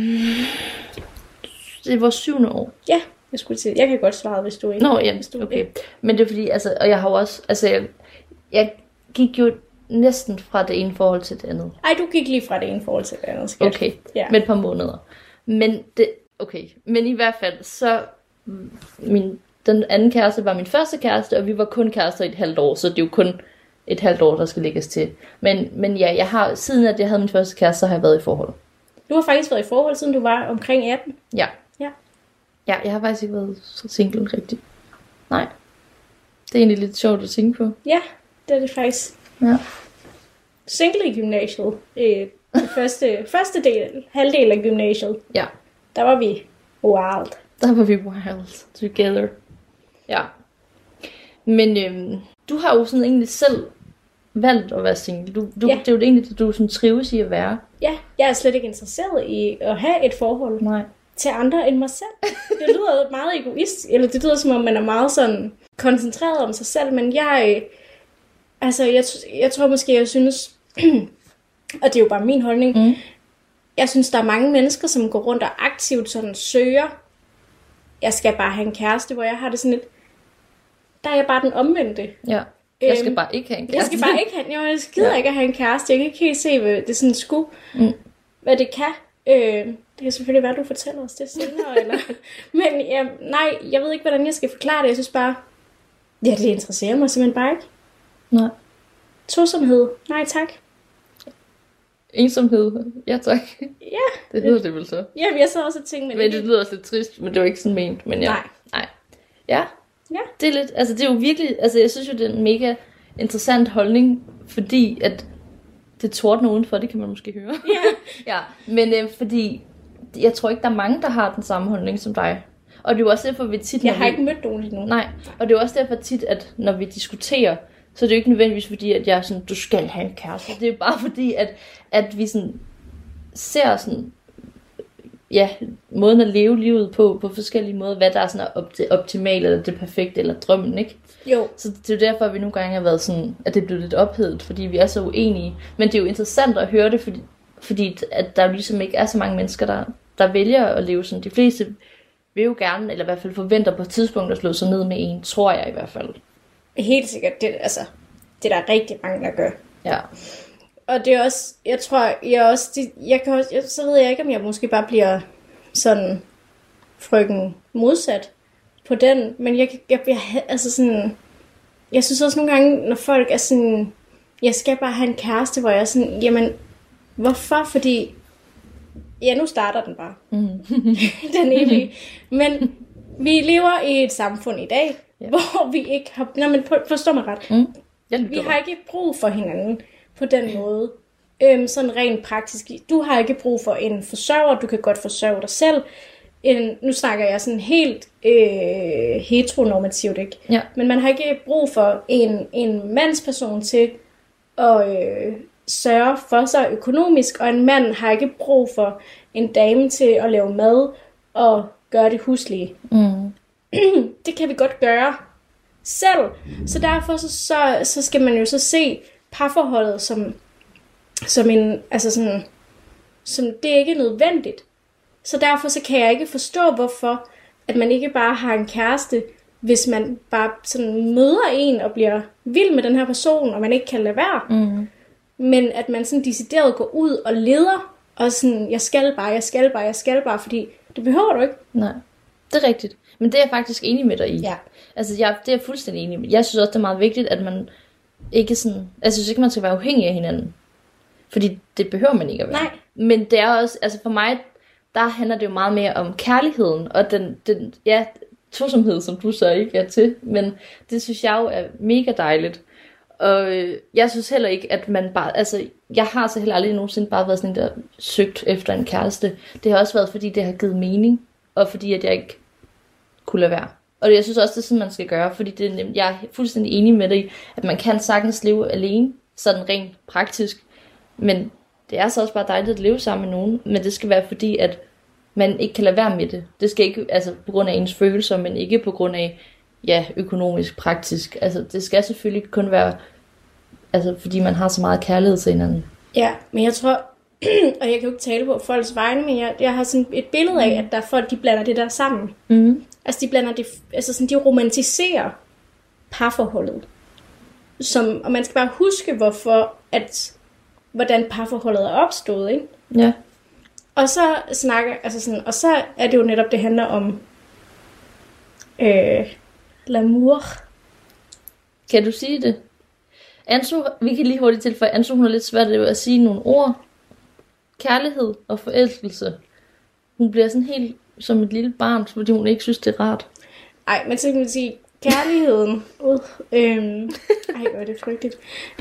det var 7. år.
Ja, jeg skulle sige. Jeg kan godt svare, hvis du ikke...
Nå, ja, okay. Men det er fordi, altså... Og jeg har jo også... Altså, jeg gik jo næsten fra det ene forhold til det andet.
Ej, du gik lige fra det ene forhold til det andet, skat.
Okay, med et par måneder. Men det... Okay, men i hvert fald, så... Den anden kæreste var min første kæreste, og vi var kun kærester i et halvt år, så det er jo kun et halvt år, der skal lægges til. Men ja, jeg har, siden at jeg havde min første kæreste, så har jeg været i forhold.
Du har faktisk været i forhold, siden du var omkring 18?
Ja.
Ja.
Ja, jeg har faktisk ikke været så single rigtigt. Nej. Det er egentlig lidt sjovt at tænke på.
Ja, det er det faktisk.
Ja.
Single i gymnasiet. Første halvdel af gymnasiet.
Ja.
Der var vi wild.
Der var vi wild together. Ja. Men du har jo sådan egentlig selv valgt at være single. Det er jo egentlig det, du sådan trives i at være.
Ja, jeg er slet ikke interesseret i at have et forhold.
Nej.
Til andre end mig selv. Det lyder meget egoist, eller det lyder som om, man er meget sådan koncentreret om sig selv, men jeg tror måske, jeg synes, og det er jo bare min holdning, jeg synes, der er mange mennesker, som går rundt og aktivt sådan søger, jeg skal bare have en kæreste, hvor jeg har det sådan lidt, der er jeg bare den omvendte.
Ja. Jeg skal bare ikke have en kæreste.
Jeg skal bare ikke have, jeg gider ikke at have en kæreste. Jeg kan ikke helt se, hvad det sådan skulle, hvad det kan. Det kan selvfølgelig være, du fortæller os det senere. Eller. Men nej, jeg ved ikke, hvordan jeg skal forklare det. Jeg synes bare, det interesserer mig simpelthen bare ikke.
Nej.
Tosomhed, nej tak.
Ensomhed, ja tak.
Ja.
Det hedder det vel så.
Ja, jeg så også tænkt,
men det lyder også lidt trist, men det var ikke sådan ment. Men ja. Nej. Ja. Det er lidt, altså det er jo virkelig, altså jeg synes jo, det er en mega interessant holdning, fordi at det tordner udenfor, det kan man måske høre. Ja, men fordi jeg tror ikke, der er mange, der har den samme holdning som dig. Og det er jo også derfor, vi tit...
Jeg har ikke mødt nogen endnu.
Nej, og det er jo også derfor tit, at når vi diskuterer, så er det jo ikke nødvendigvis fordi, at jeg er sådan, du skal have en kæreste. Det er jo bare fordi, at vi sådan ser sådan, ja, måden at leve livet på forskellige måder, hvad der er sådan optimalt, eller det perfekte, eller drømmen, ikke?
Jo.
Så det er jo derfor, at vi nogle gange har været sådan, at det er blevet lidt ophedet, fordi vi er så uenige. Men det er jo interessant at høre det, fordi at der jo ligesom ikke er så mange mennesker, der vælger at leve sådan. De fleste vil jo gerne, eller i hvert fald forventer på et tidspunkt at slå sig ned med en, tror jeg i hvert fald.
Helt sikkert. Det er der rigtig mange, der gør.
Ja.
Og det er også, jeg tror, så ved jeg ikke, om jeg måske bare bliver sådan frøken modsat på den, men jeg synes også nogle gange, når folk er sådan, jeg skal bare have en kæreste, hvor jeg er sådan, jamen, hvorfor? Fordi, ja, nu starter den bare. Den evige. Men vi lever i et samfund i dag, hvor vi ikke har, forstår mig ret. Vi har ikke brug for hinanden på den måde. Sådan rent praktisk. Du har ikke brug for en forsørger, du kan godt forsørge dig selv. Nu snakker jeg sådan helt heteronormativt, ikke? Ja. Men man har ikke brug for en mandsperson til at sørge for sig økonomisk, og en mand har ikke brug for en dame til at lave mad og gøre det huslige. Det kan vi godt gøre selv. Så derfor så skal man jo så se parforholdet som en, altså sådan, som det ikke er nødvendigt. Så derfor så kan jeg ikke forstå, hvorfor at man ikke bare har en kæreste, hvis man bare sådan møder en og bliver vild med den her person, og man ikke kan lade være. Men at man sådan decideret går ud og leder, og sådan, jeg skal bare, fordi det behøver du ikke.
Nej, det er rigtigt. Men det er jeg faktisk enig med dig i.
Ja.
Altså, det er jeg fuldstændig enig med. Jeg synes også, det er meget vigtigt, at man ikke sådan... Jeg synes ikke, man skal være afhængig af hinanden. Fordi det behøver man ikke at være.
Nej.
Men det er også... Altså, for mig, der handler det jo meget mere om kærligheden, og den tosomhed, som du så ikke er til. Men det synes jeg jo er mega dejligt. Og jeg synes heller ikke, at man bare... Altså, jeg har så heller aldrig nogensinde bare været sådan en, der søgt efter en kæreste. Det har også været, fordi det har givet mening, og fordi at jeg ikke kunne lade være. Og jeg synes også, det er sådan, man skal gøre, fordi jeg er fuldstændig enig med dig i, at man kan sagtens leve alene, sådan rent praktisk. Men det er så også bare dejligt at leve sammen med nogen, men det skal være fordi, at man ikke kan lade være med det. Det skal ikke, altså på grund af ens følelser, men ikke på grund af, ja, økonomisk, praktisk. Altså det skal selvfølgelig kun være, altså fordi man har så meget kærlighed til hinanden.
Ja, men jeg tror, og jeg kan jo ikke tale på folks vegne, men jeg har sådan et billede af, at der er folk, de blander det der sammen. Altså de blander det, altså sådan, de romantiserer parforholdet. Og man skal bare huske, hvordan parforholdet er opstået, ikke?
Ja.
Og så og så er det jo netop, det handler om l'amour.
Kan du sige det? Anso, vi kan lige hurtigt tilføje, Anso, hun er lidt svært at sige nogle ord. Kærlighed og forelskelse. Hun bliver sådan helt som et lille barn, fordi hun ikke synes, det er rart.
Ej, men så kan man sige, kærligheden, hvor er det frygteligt.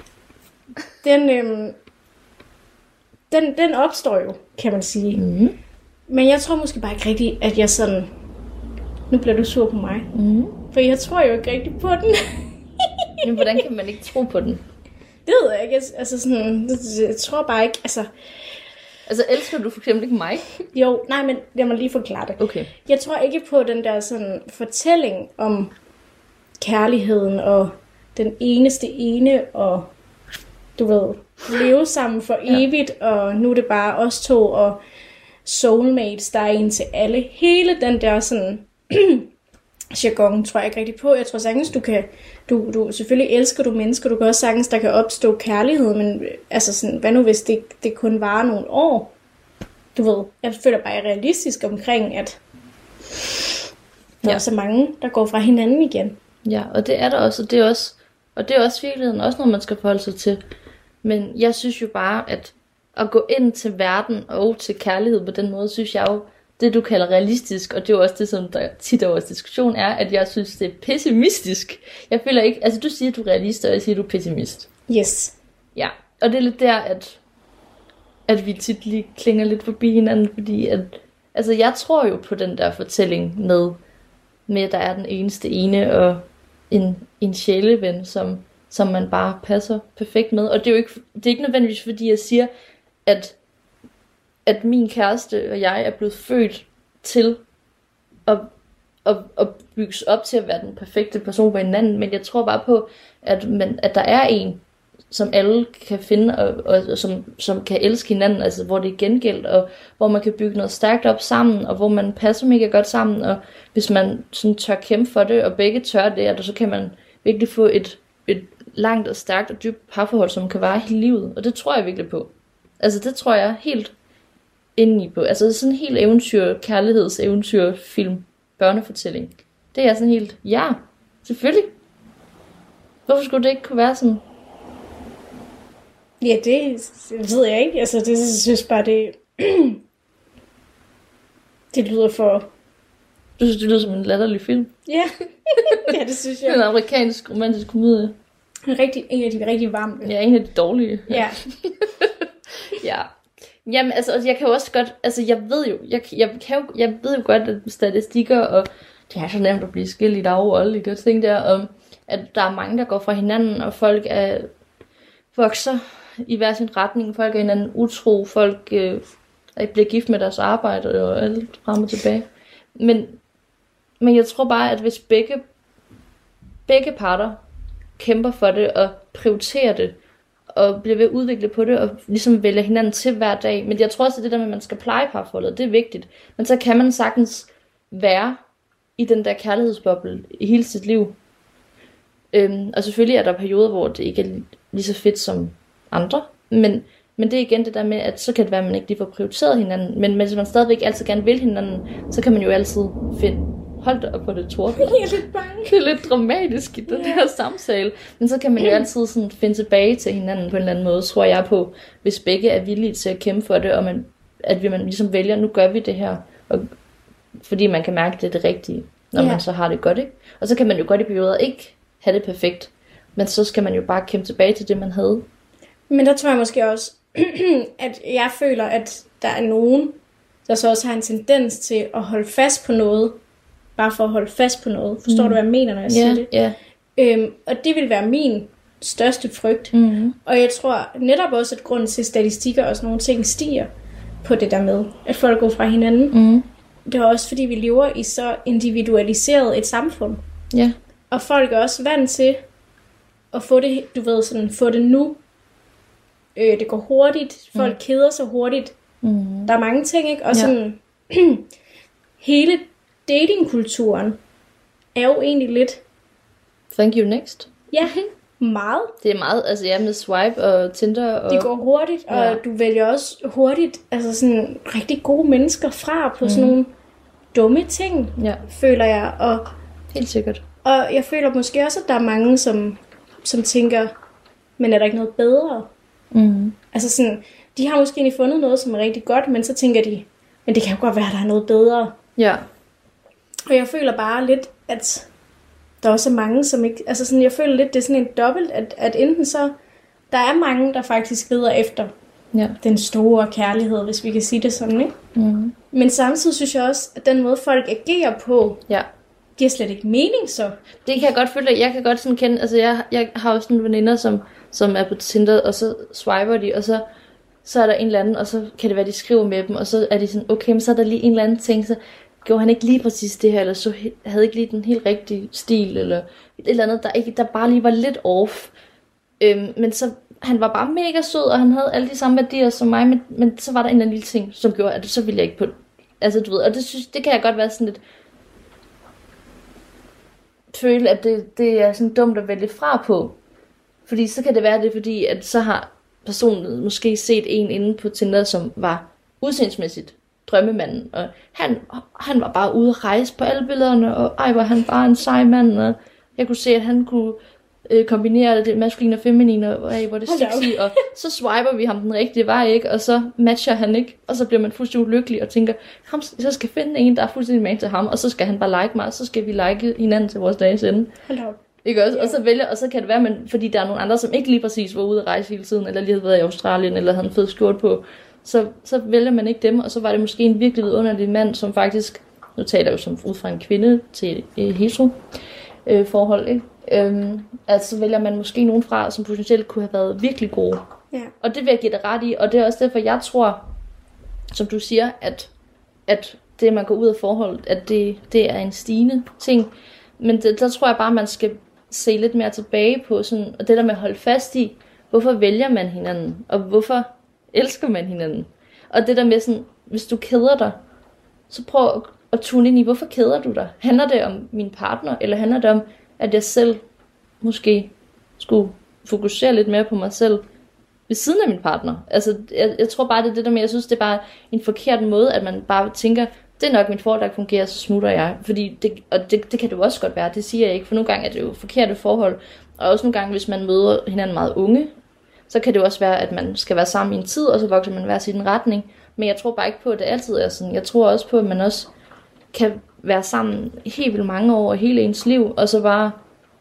Den opstår jo, kan man sige. Men jeg tror måske bare ikke rigtigt, at jeg sådan, nu bliver du sur på mig. For jeg tror jo ikke rigtig på den.
Men hvordan kan man ikke tro på den?
Det ved jeg ikke. Altså sådan, jeg tror bare ikke, altså...
Altså, elsker du for eksempel ikke mig?
Jo, nej, men lad mig lige forklare det.
Okay.
Jeg tror ikke på den der sådan fortælling om kærligheden og den eneste ene, og du ved, leve sammen for evigt, og nu er det bare os to, og soulmates, der er en til alle. Hele den der sådan jargon tror jeg ikke rigtig på. Jeg tror sagtens, du selvfølgelig elsker du mennesker, du kan også sagtens, der kan opstå kærlighed, men altså sådan, hvad nu hvis det kun varer nogle år? Du ved, jeg føler bare realistisk omkring, at der er så mange, der går fra hinanden igen.
Ja, og det er der også, og det er også virkeligheden, også noget man skal forholde sig til. Men jeg synes jo bare, at gå ind til verden og til kærlighed på den måde, synes jeg jo, det du kalder realistisk, og det er jo også det, som der tit er vores diskussion, er, at jeg synes, det er pessimistisk. Jeg føler ikke, altså du siger, du er realist, og jeg siger, du er pessimist.
Yes.
Ja, og det er lidt der, at vi tit lige klinger lidt forbi hinanden, fordi at, altså jeg tror jo på den der fortælling med at der er den eneste ene, og en sjæleven, som man bare passer perfekt med. Og det er ikke nødvendigvis, fordi jeg siger, at min kæreste og jeg er blevet født til at bygges op til at være den perfekte person for hinanden, men jeg tror bare på, at der er en, som alle kan finde, og som kan elske hinanden, altså hvor det er gengældt, og hvor man kan bygge noget stærkt op sammen, og hvor man passer mega godt sammen, og hvis man sådan tør kæmpe for det, og begge tør det, så kan man virkelig få et langt og stærkt og dybt parforhold, som kan vare hele livet, og det tror jeg virkelig på. Altså det tror jeg helt indeni på. Altså sådan en helt kærlighedseventyr-film, børnefortælling. Det er sådan helt, ja, selvfølgelig. Hvorfor skulle det ikke kunne være sådan?
Ja, det ved jeg ikke. Altså, det synes bare, det lyder for...
Du synes, det lyder som en latterlig film?
Ja, ja, det synes jeg.
En amerikansk romantisk komedie.
En af de rigtig varme.
Ja, en af de dårlige.
Ja.
Ja. Jamen, altså, jeg kan jo også godt... Altså, jeg ved jo godt, at statistikker, og det er så nemt at blive skilt i dag og alle de ting der, om at der er mange, der går fra hinanden, og folk vokser i hver sin retning. Folk er hinanden utro, folk bliver gift med deres arbejde, og alt frem og tilbage. Men jeg tror bare, at hvis begge parter kæmper for det, og prioriterer det, og bliver ved at udvikle på det, og ligesom vælger hinanden til hver dag. Men jeg tror også, at det der med, at man skal pleje parforholdet, det er vigtigt. Men så kan man sagtens være i den der kærlighedsboble i hele sit liv. Og selvfølgelig er der perioder, hvor det ikke er lige så fedt som andre. Men det er igen det der med, at så kan det være, at man ikke lige får prioriteret hinanden. Men hvis man stadigvæk altid gerne vil hinanden, så kan man jo altid finde... Hold da op på det torden.
Jeg er lidt bange.
Det er lidt dramatisk i den her samtale. Men så kan man jo altid sådan finde tilbage til hinanden på en eller anden måde, tror jeg på, hvis begge er villige til at kæmpe for det, og at man ligesom vælger, nu gør vi det her. Og, fordi man kan mærke, at det er det rigtige, når man så har det godt, ikke? Og så kan man jo godt i perioder ikke have det perfekt. Men så skal man jo bare kæmpe tilbage til det, man havde.
Men der tror jeg måske også, at jeg føler, at der er nogen, der så også har en tendens til at holde fast på noget, bare for at holde fast på noget. Forstår du, hvad jeg mener, når jeg siger det?
Ja.
Og det vil være min største frygt. Og jeg tror netop også, at grunden til statistikker og sådan nogle ting stiger på det der med, at folk går fra hinanden. Det er også, fordi vi lever i så individualiseret et samfund.
Ja.
Og folk er også vant til at få det, du ved, sådan, få det nu. Det går hurtigt. Folk keder sig hurtigt. Der er mange ting, ikke? Og sådan, hele datingkulturen er jo egentlig lidt...
Thank you next.
Ja, meget.
Det er meget, altså med swipe og Tinder og...
Det går hurtigt, og du vælger også hurtigt, altså sådan rigtig gode mennesker fra på sådan nogle dumme ting, føler jeg. Og,
helt sikkert.
Og jeg føler måske også, at der er mange, som tænker, men er der ikke noget bedre? Altså sådan, de har måske ikke fundet noget, som er rigtig godt, men så tænker de, men det kan jo godt være, at der er noget bedre.
Ja.
Og jeg føler bare lidt, at der også er mange, som ikke... Altså sådan, jeg føler lidt, det er sådan en dobbelt, at enten så... Der er mange, der faktisk leder efter den store kærlighed, hvis vi kan sige det sådan, ikke? Men samtidig synes jeg også, at den måde, folk agerer på, giver slet ikke mening så.
Det kan jeg godt føle. Jeg kan godt sådan kende, altså jeg har også nogle veninder, som er på Tinder, og så swiper de, og så er der en eller anden, og så kan det være, de skriver med dem, og så er de sådan, okay, men så er der lige en eller anden ting, så gjorde han ikke lige præcis det her, eller så havde ikke lige den helt rigtige stil, eller et eller andet, der bare lige var lidt off. Men så, han var bare mega sød, og han havde alle de samme værdier som mig, men så var der en eller anden lille ting, som gjorde, at så ville jeg ikke på, altså du ved, og det kan jeg godt være sådan lidt, føle, at det er sådan dumt at vælge fra på. Fordi så kan det være det, fordi at så har personen måske set en inde på Tinder, som var udseendsmæssigt drømmemanden, og han var bare ude at rejse på alle billederne, og var han bare en sej mand, og jeg kunne se, at han kunne kombinere det maskuline og feminine, og hvor det er sexy, og så swiper vi ham den rigtige vej, ikke? Og så matcher han ikke, og så bliver man fuldstændig ulykkelig og tænker, så skal jeg finde en, der er fuldstændig man til ham, og så skal han bare like mig, og så skal vi like hinanden til vores dages ende. Ikke også? Og så kan det være, fordi der er nogle andre, som ikke lige præcis var ude at rejse hele tiden, eller lige havde været i Australien, eller havde en fed skjort på, så vælger man ikke dem, og så var det måske en virkelig vidunderlig mand, som faktisk, nu taler jeg jo som ud fra en kvinde til hetero forhold, ikke? Så vælger man måske nogen fra, som potentielt kunne have været virkelig gode.
Ja.
Og det vil jeg give dig ret i, og det er også derfor, jeg tror, som du siger, at det, man går ud af forholdet, at det er en stigende ting. Men der tror jeg bare, man skal se lidt mere tilbage på, sådan, og det der med at holde fast i, hvorfor vælger man hinanden, og hvorfor elsker man hinanden. Og det der med sådan, hvis du keder dig, så prøv at tune ind i, hvorfor keder du dig? Handler det om min partner, eller handler det om, at jeg selv måske skulle fokusere lidt mere på mig selv ved siden af min partner? Altså, jeg tror bare, det er det der med, jeg synes, det er bare en forkert måde, at man bare tænker, det er nok mit forhold, der fungerer, så smutter jeg. Fordi det kan det jo også godt være, det siger jeg ikke, for nogle gange er det jo forkerte forhold, og også nogle gange, hvis man møder hinanden meget unge, så kan det jo også være, at man skal være sammen i en tid, og så vokser man hver sin retning. Men jeg tror bare ikke på, at det altid er sådan. Jeg tror også på, at man også kan være sammen helt vildt mange år i hele ens liv, og så bare,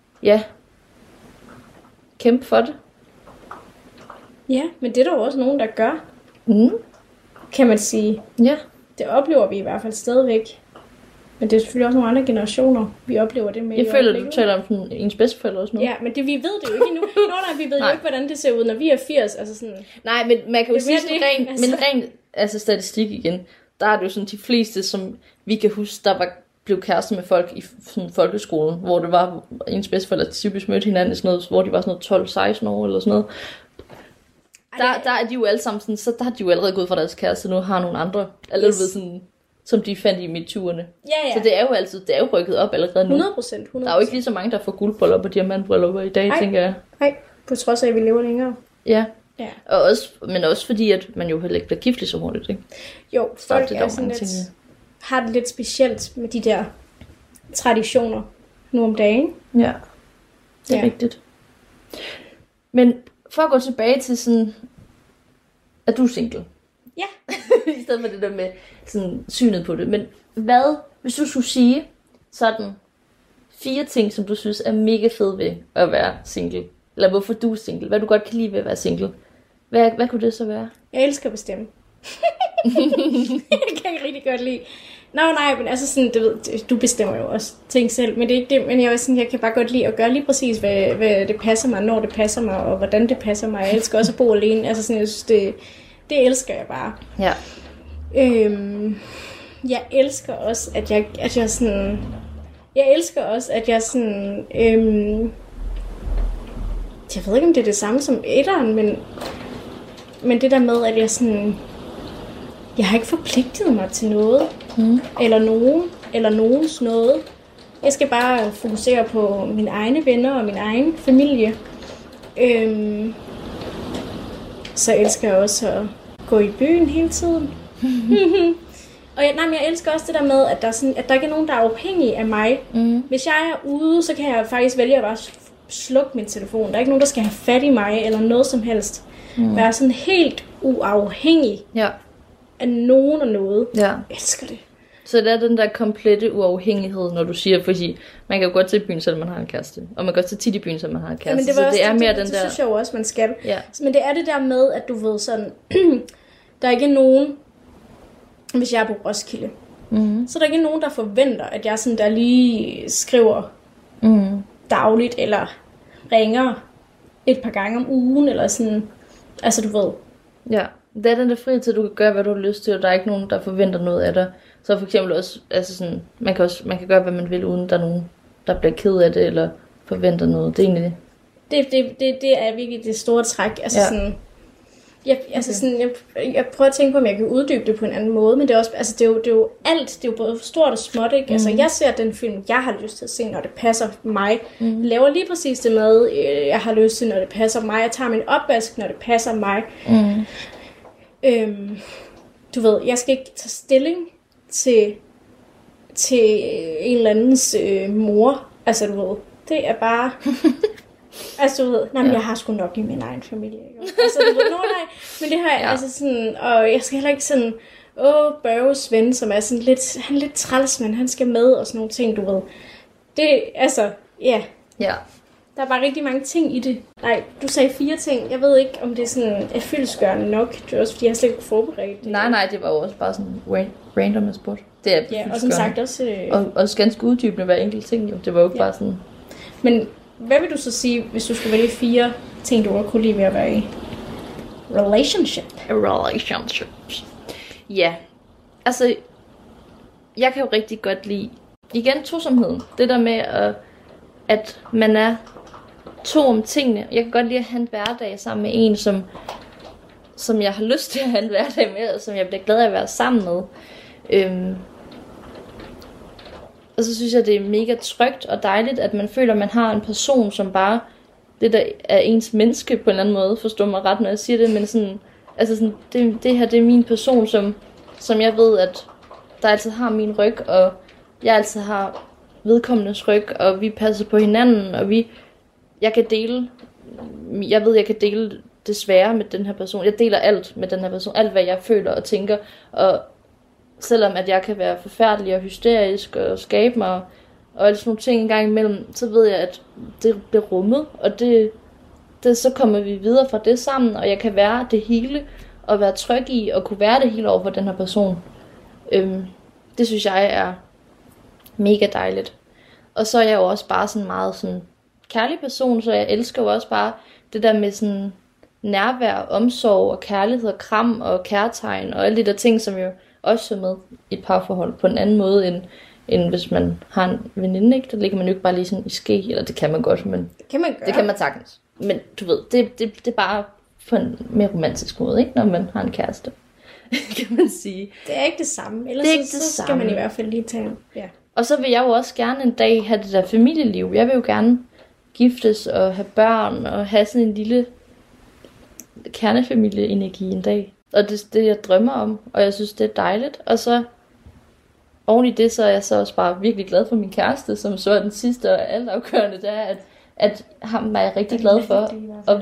kæmpe for det.
Ja, men det er der jo også nogen, der gør. Kan man sige.
Ja.
Det oplever vi i hvert fald stadigvæk. Men det er selvfølgelig også nogle andre generationer, vi oplever det med.
Jeg føler, du taler om ens bedsteforældre også nu.
Ja, men vi ved det jo ikke endnu. Vi ved jo ikke, hvordan det ser ud, når vi er 80. Altså sådan.
Nej, men man kan jo sige sådan rent statistik igen. Der er det jo sådan, de fleste, som vi kan huske, blev kærester med folk i sådan folkeskolen, hvor det var ens bedsteforældre typisk mødte hinanden i sådan noget, hvor de var sådan noget 12-16 år eller sådan noget. Der er de jo alle sammen sådan, så der har de jo allerede gået fra deres kæreste, nu har nogle andre, allerede ved sådan, som de fandt i midt-20'erne.
Ja.
Så det er jo rykket op allerede nu.
100%.
Der er jo ikke lige så mange, der får guldbryllup og diamantbryllup i dag, tænker jeg.
Nej, på trods af, at vi lever længere.
Ja. Men også fordi, at man jo heller ikke bliver gift lige så hurtigt, ikke?
Jo, folk er sådan lidt, har det lidt specielt med de der traditioner nu om dagen.
Ja, det er rigtigt. Men for at gå tilbage til sådan, at du er single.
Ja.
I stedet for det der med sådan synet på det. Men hvis du skulle sige sådan 4 ting, som du synes er mega fede ved at være single, eller hvorfor du er single, hvad du godt kan lide ved at være single, hvad kunne det så være?
Jeg elsker at bestemme. Jeg kan ikke rigtig godt lide. Nej, men altså sådan, du bestemmer jo også ting selv, men det er ikke det, men jeg kan bare godt lide at gøre lige præcis, hvad det passer mig, når det passer mig, og hvordan det passer mig. Jeg elsker også at bo alene, altså sådan, jeg synes, det elsker jeg bare.
Ja.
Jeg elsker også, at jeg sådan, jeg elsker også, at jeg sådan, jeg ved ikke, om det er det samme som etteren, men det der med, at jeg sådan, jeg har ikke forpligtet mig til noget, eller nogen, eller nogens noget. Jeg skal bare fokusere på mine egne venner og min egen familie. Så elsker jeg også at gå i byen hele tiden. Og jeg elsker også det der med, at der ikke er nogen, der er afhængige af mig. Hvis jeg er ude, så kan jeg faktisk vælge at bare slukke min telefon. Der er ikke nogen, der skal have fat i mig, eller noget som helst. Være sådan helt uafhængig af nogen og noget. Jeg elsker det.
Så det er den der komplette uafhængighed, når du siger, fordi man kan jo godt til byen, selvom man har en kæreste. Og man kan godt til tit i byen, selvom man har en kæreste.
Men det
så det er mere den
det
der...
synes jeg jo også, man skal.
Ja.
Men det er det der med, at du ved sådan, der er ikke nogen, hvis jeg er på Roskilde, Så er der ikke nogen, der forventer, at jeg sådan der lige skriver dagligt, eller ringer et par gange om ugen, eller sådan, altså du ved.
Ja, det er den der fritid, du kan gøre, hvad du har lyst til, og der er ikke nogen, der forventer noget af dig. Så for eksempel også, altså sådan, man kan gøre, hvad man vil, uden der er nogen, der bliver ked af det, eller forventer noget. Det er egentlig
det er virkelig det store træk. Altså sådan, jeg prøver at tænke på, om jeg kan uddybe det på en anden måde, men det er også, altså det er jo alt, det er jo både stort og småt, ikke? Altså jeg ser den film, jeg har lyst til at se, når det passer mig. Jeg laver lige præcis det med, jeg har lyst til, når det passer mig. Jeg tager min opvask, når det passer mig. Du ved, jeg skal ikke tage stilling til en eller andens mor. Altså du ved, det er bare... Altså du ved, jeg har sgu nok i min egen familie. Ikke? Altså du ved, men det har jeg altså sådan, og jeg skal heller ikke sådan, Børges ven, som er sådan lidt, han er lidt træls, men han skal med, og sådan nogle ting, du ved. Det, altså, ja. Der er bare rigtig mange ting i det. Nej, du sagde 4 ting. Jeg ved ikke, om det er sådan fyldestgørende nok. Det er også, fordi jeg slet ikke forberedt det.
Nej, det var jo også bare sådan random sport. Det er
og som sagt også...
Og også ganske uddybende hver enkelt ting, jo. Det var jo ikke bare sådan...
Men hvad vil du så sige, hvis du skulle vælge 4 ting, du kunne lide ved at være i relationship?
Ja, altså, jeg kan jo rigtig godt lide, igen, tosomheden. Det der med, at man er to om tingene. Jeg kan godt lide at have en hverdag sammen med en, som jeg har lyst til at have en hverdag med, og som jeg bliver glad af at være sammen med. Og så synes jeg, det er mega trygt og dejligt, at man føler, at man har en person, som bare, det der er ens menneske på en eller anden måde, forstår mig ret, når jeg siger det, men sådan, altså sådan, det her, det er min person, som jeg ved, at der altid har min ryg, og jeg altid har vedkommendes ryg, og vi passer på hinanden, og jeg kan dele det svære med den her person. Jeg deler alt med den her person, alt hvad jeg føler og tænker, og selvom at jeg kan være forfærdelig og hysterisk og skabe mig og alle sådan nogle ting en gang imellem, så ved jeg, at det bliver rummet, og det så kommer vi videre fra det sammen, og jeg kan være det hele, og være tryg i, og kunne være det hele over for den her person. Det synes jeg er mega dejligt. Og så er jeg jo også bare sådan meget sådan kærlig person, så jeg elsker jo også bare det der med sådan nærvær, omsorg og kærlighed og kram og kærtegn og alle de der ting, som jo også er med i et parforhold på en anden måde, end hvis man har en veninde, ikke? Der ligger man jo ikke bare lige sådan i ske, eller det kan man godt, men det kan man sagtens. Men du ved, det er bare på en mere romantisk måde, ikke? Når man har en kæreste, kan man sige.
Det er ikke det samme, ellers så skal man i hvert fald lige tage. Ja.
Og så vil jeg jo også gerne en dag have det der familieliv. Jeg vil jo gerne giftes og have børn og have sådan en lille kernefamilieenergi en dag. Og det er det, jeg drømmer om, og jeg synes, det er dejligt. Og så oven i det, så er jeg så også bare virkelig glad for min kæreste, som så er den sidste og altafgørende, det er, at ham er jeg rigtig glad for. Og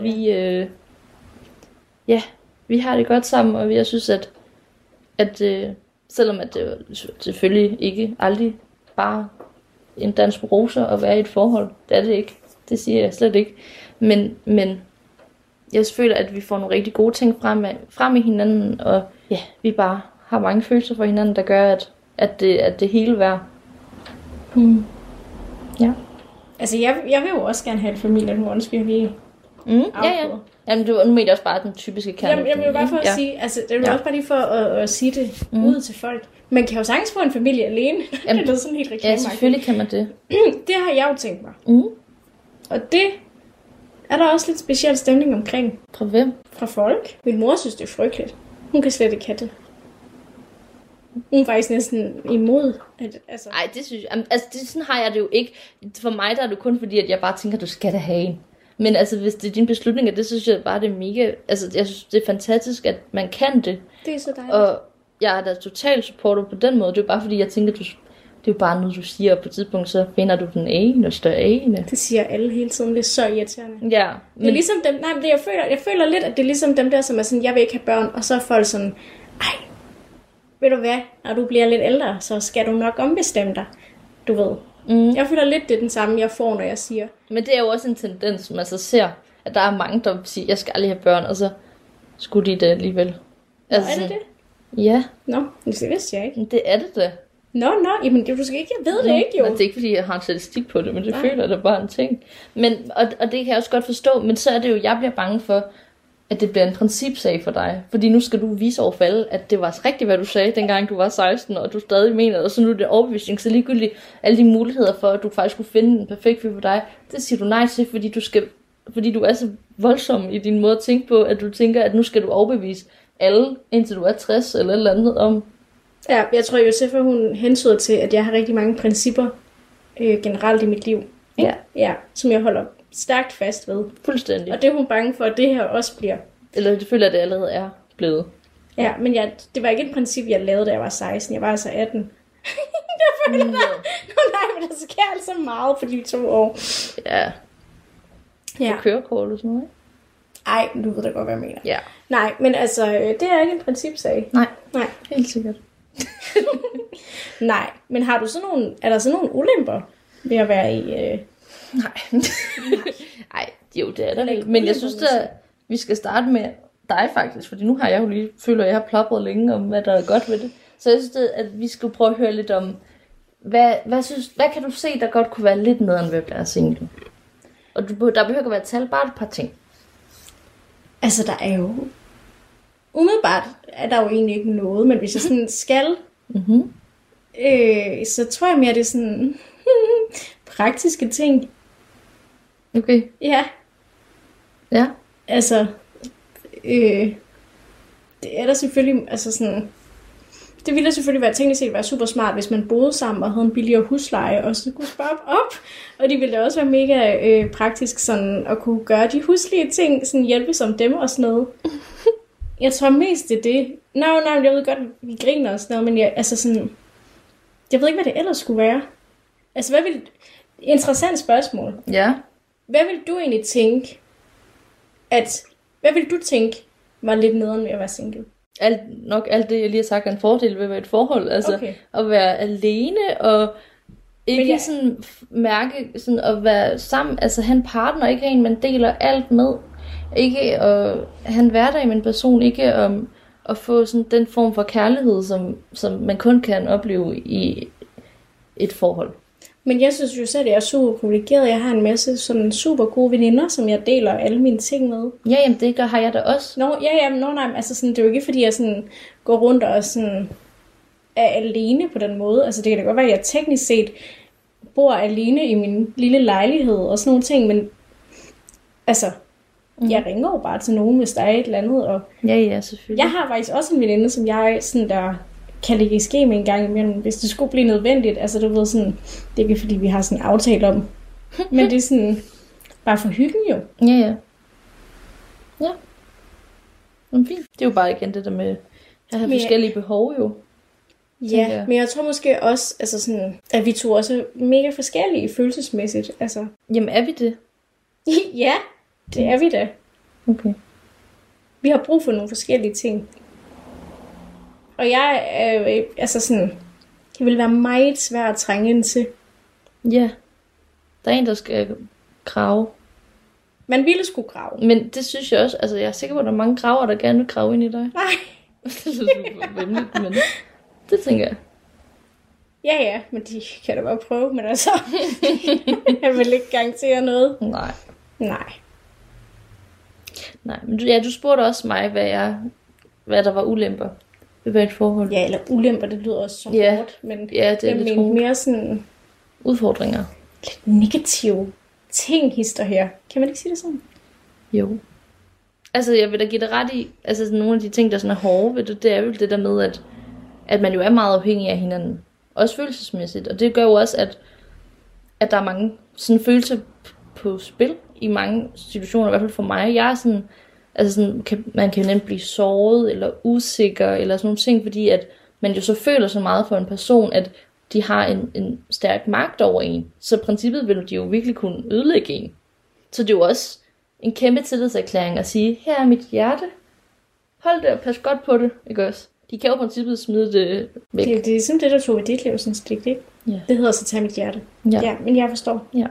vi har det godt sammen, og jeg synes, at selvom at det selvfølgelig ikke aldrig bare en dans på roser at være i et forhold, det er det ikke. Det siger jeg slet ikke. Men jeg føler, at vi får nogle rigtig gode ting frem i hinanden, og ja, vi bare har mange følelser for hinanden, der gør, at det hele værd. Ja.
Altså, jeg vil jo også gerne have en familie, nu ønsker vi
ja. Jamen, nu mener jeg også bare den typiske kerne.
Jeg vil bare for at sige, altså, det er også bare lige for at sige det ud til folk. Man kan jo sagtens få en familie alene.
Jamen,
det er sådan helt reklameagtigt.
Ja, selvfølgelig kan man det.
Det har jeg jo tænkt mig. Og det er der også lidt speciel stemning omkring.
Fra hvem?
Fra folk. Min mor synes, det er frygteligt. Hun kan slet ikke have det. Hun er faktisk næsten imod. Altså.
Ej, det synes jeg. Altså, sådan har jeg det jo ikke. For mig der er det kun fordi, at jeg bare tænker, at du skal da have en. Men altså, hvis det er din beslutning, det synes jeg bare, det er mega... Altså, jeg synes, det er fantastisk, at man kan det.
Det er så dejligt.
Og jeg er da totalt supporter på den måde. Det er jo bare fordi, jeg tænker, det er jo bare noget, du siger, og på et tidspunkt, så finder du den ene og større ene.
Det siger alle hele tiden. Det er så irriterende.
Ja.
Men... Det er ligesom dem... Nej, men jeg føler lidt, at det er ligesom dem der, som er sådan, jeg vil ikke have børn, og så er folk sådan, ej, ved du hvad, når du bliver lidt ældre, så skal du nok ombestemme dig. Du ved. Jeg føler lidt, det er den samme, jeg får, når jeg siger.
Men det er jo også en tendens, man så ser, at der er mange, der siger, jeg skal aldrig have børn, og så skulle de det alligevel.
Altså, er det det?
Ja.
Nå, det vidste jeg ikke.
Det er det da.
Nå, jamen du skal ikke, jeg ved det ikke jo.
Det er ikke fordi, jeg har en statistik på det, men det føler jeg bare en ting. Men, og det kan jeg også godt forstå, men så er det jo, jeg bliver bange for, at det bliver en principsag for dig. Fordi nu skal du vise over for alle, at det var rigtigt, hvad du sagde, dengang du var 16, og du stadig mener, og så nu er det overbevisning, så ligegyldigt alle de muligheder for, at du faktisk kunne finde en perfekt fyr for dig, det siger du nej til, fordi du er så voldsom i din måde at tænke på, at du tænker, at nu skal du overbevise alle, indtil du er 60 eller et eller andet om.
Ja, jeg tror, Josefa, hun hensyder til, at jeg har rigtig mange principper generelt i mit liv.
Ja.
Ja, som jeg holder stærkt fast ved.
Fuldstændig.
Og det er hun bange for, at det her også bliver.
Eller det føler, at det allerede er blevet.
Ja, men det var ikke et princip, jeg lavede, da jeg var 16. Jeg var altså 18. Jeg føler, nej, men der sker altså meget på de 2 år.
Ja.
Ja.
Kørekort og sådan noget, ikke?
Ej, du ved da godt, hvad jeg mener.
Ja.
Nej, men altså, det er ikke en principsag.
Nej,
Nej.
helt sikkert.
Nej, men er der så nogle ulemper ved at være i...
Nej. Nej, jo, det er der vel. Men jeg synes, at vi skal starte med dig faktisk, fordi nu har jeg jo lige, føler jeg har plapret længe om, hvad der er godt ved det. Så jeg synes, at vi skal prøve at høre lidt om, hvad kan du se, der godt kunne være lidt nederen ved at være single? Og der behøver ikke at være tal, bare et par ting.
Altså, der er jo... Umiddelbart er der jo egentlig ikke noget, men hvis jeg sådan skal, så tror jeg mere, det er sådan praktiske ting.
Okay.
Ja.
Ja.
Altså, det er der selvfølgelig, altså sådan... Det ville selvfølgelig være teknisk set være super smart, hvis man boede sammen og havde en billigere husleje, og så kunne spare op. Og det ville også være mega praktisk sådan, at kunne gøre de huslige ting, sådan hjælpe som dem og sådan noget. Jeg tror mest det er det. Nej, jeg ved godt, vi griner og sådan noget, men jeg ved ikke, hvad det ellers skulle være. Altså, interessant spørgsmål.
Ja.
Hvad vil du egentlig tænke, hvad vil du tænke var lidt nederen ved at være single?
Alt det, jeg lige har sagt, er en fordel ved at være et forhold. Altså, okay. At være alene, og ikke sådan mærke, sådan at være sammen, altså have en partner, ikke en, man deler alt med. Ikke at have en hverdag med en person, ikke at få sådan den form for kærlighed, som man kun kan opleve i et forhold. Men jeg synes jo selv, at jeg er super privilegeret. Jeg har en masse sådan super gode veninder, som jeg deler alle mine ting med. Ja, jamen det har jeg da også. Nej, altså sådan, det er jo ikke fordi, jeg sådan går rundt og sådan er alene på den måde. Altså det kan da godt være, at jeg teknisk set bor alene i min lille lejlighed og sådan nogle ting, men altså, jeg ringer jo bare til nogen, hvis der er et eller andet. Og ja, selvfølgelig. Jeg har faktisk også en veninde, som jeg sådan der kan ligge i ske med en gang imellem, hvis det skulle blive nødvendigt. Altså du ved sådan, det er ikke fordi vi har sådan en aftale om, men det er sådan bare for hyggen jo. Ja. Men fint. Det er jo bare igen det der med at have forskellige behov jo. Ja, men jeg tror måske også, altså sådan, at vi to også er mega forskellige følelsesmæssigt. Altså. Jamen er vi det? Ja, det er vi da. Okay. Vi har brug for nogle forskellige ting. Og jeg altså sådan, det vil være meget svært at trænge ind til. Ja. Der er en, der skal grave. Man ville skulle grave. Men det synes jeg også, altså jeg er sikker på, at der er mange graver, der gerne vil grave ind i dig. Nej. Det er super vemmeligt, men det tænker jeg. Ja, men de kan da bare prøve, men altså, jeg vil ikke garantere noget. Nej, men du spurgte også mig, hvad der var ulemper ved et forhold. Ja, eller ulemper, det lyder også så hårdt, men det er lidt mere sådan udfordringer. Lidt negative ting, hister her. Kan man ikke sige det sådan? Jo. Altså, jeg vil da give det ret i, altså nogle af de ting, der sådan er hårde ved det er jo det der med, at man jo er meget afhængig af hinanden. Også følelsesmæssigt. Og det gør jo også, at der er mange sådan følelser på spil i mange situationer, i hvert fald for mig. Jeg er sådan, altså sådan, man kan nemt blive såret eller usikker eller sådan nogle ting, fordi at man jo så føler så meget for en person, at de har en stærk magt over en. Så i princippet vil de jo virkelig kunne ødelægge en. Så det er jo også en kæmpe tillidserklæring at sige, her er mit hjerte. Hold det og pas godt på det, ikke også? De kan jo i princippet smide det væk. Det er ligesom det, der tog ved dit livsinstinkt, ikke? Ja. Det hedder så tage mit hjerte. Ja, men jeg forstår. Ja.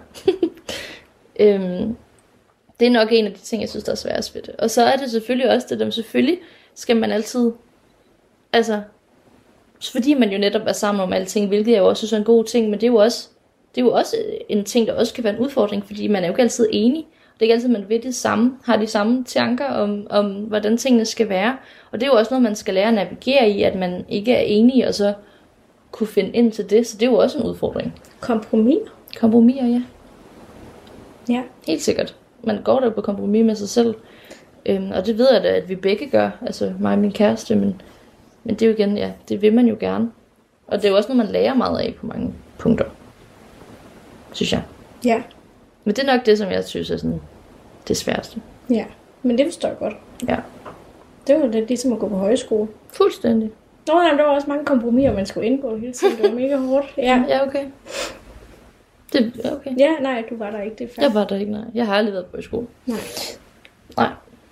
Det er nok en af de ting, jeg synes, der er sværest ved det. Og så er det selvfølgelig også det, der selvfølgelig skal man altid, altså, fordi man jo netop er sammen om alting, hvilket jeg jo også synes er en god ting, men det er jo også en ting, der også kan være en udfordring, fordi man er jo ikke altid enig. Det er ikke altid, man ved det samme, har de samme tanker om hvordan tingene skal være. Og det er jo også noget, man skal lære at navigere i, at man ikke er enige, og så kunne finde ind til det. Så det er jo også en udfordring. Kompromiser, ja.
Ja.
Helt sikkert. Man går der på kompromis med sig selv. Og det ved jeg da, at vi begge gør. Altså mig og min kæreste. Men det er jo igen, ja, det vil man jo gerne. Og det er jo også noget, man lærer meget af på mange punkter. Synes jeg.
Ja.
Men det er nok det, som jeg synes er sådan det sværeste.
Ja, men det forstår jeg godt.
Ja.
Det var lidt ligesom at gå på højskole.
Fuldstændig.
Nå, nej, der var også mange kompromiser, man skulle indgå hele tiden. Det var mega hårdt.
Ja, okay. Det, okay.
Ja, nej, du var der ikke. Det er fair.
Jeg var der ikke, nej. Jeg har aldrig været på højskole. Nej.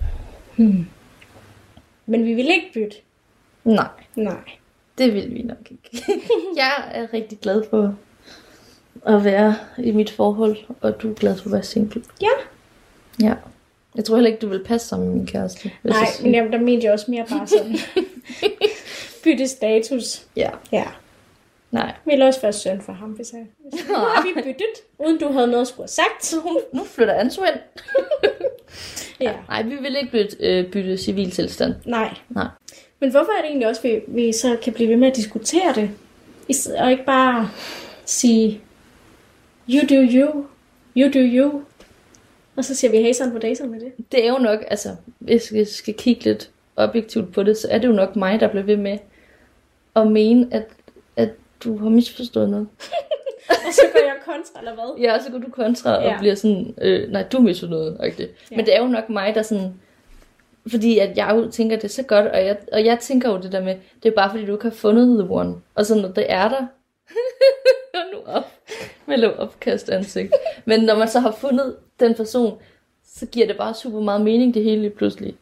Men vi vil ikke bytte.
Nej. Det vil vi nok ikke. Jeg er rigtig glad for at være i mit forhold, og du er glad for at være single. Ja. Jeg tror heller ikke, du vil passe sammen med min kæreste.
Nej, men der mente jeg også mere bare sådan. Bytte status.
Ja. Nej.
Vi ville også være søn for ham, hvis jeg... Nu har vi byttet, uden du havde noget at skulle have sagt.
Nu flytter Ansø ind.
Ja.
Nej, vi vil ikke bytte civiltilstand.
Nej. Men hvorfor er det egentlig også, at vi så kan blive ved med at diskutere det? Og ikke bare sige, you do you, you do you. Og så siger vi Hasan på Dason med det.
Det er jo nok, altså, hvis vi skal kigge lidt objektivt på det, så er det jo nok mig, der bliver ved med at mene, at du har misforstået noget.
Og så går jeg kontra, eller hvad?
Ja, så går du kontra og bliver sådan, nej, du misforstået noget. Okay. Ja. Men det er jo nok mig, der sådan, fordi at jeg jo tænker, det er så godt, og jeg tænker jo det der med, det er bare fordi, du ikke har fundet the one. Og så når det er der, nu op med at lave opkast ansigt. Men når man så har fundet den person, så giver det bare super meget mening, det hele lige pludselig.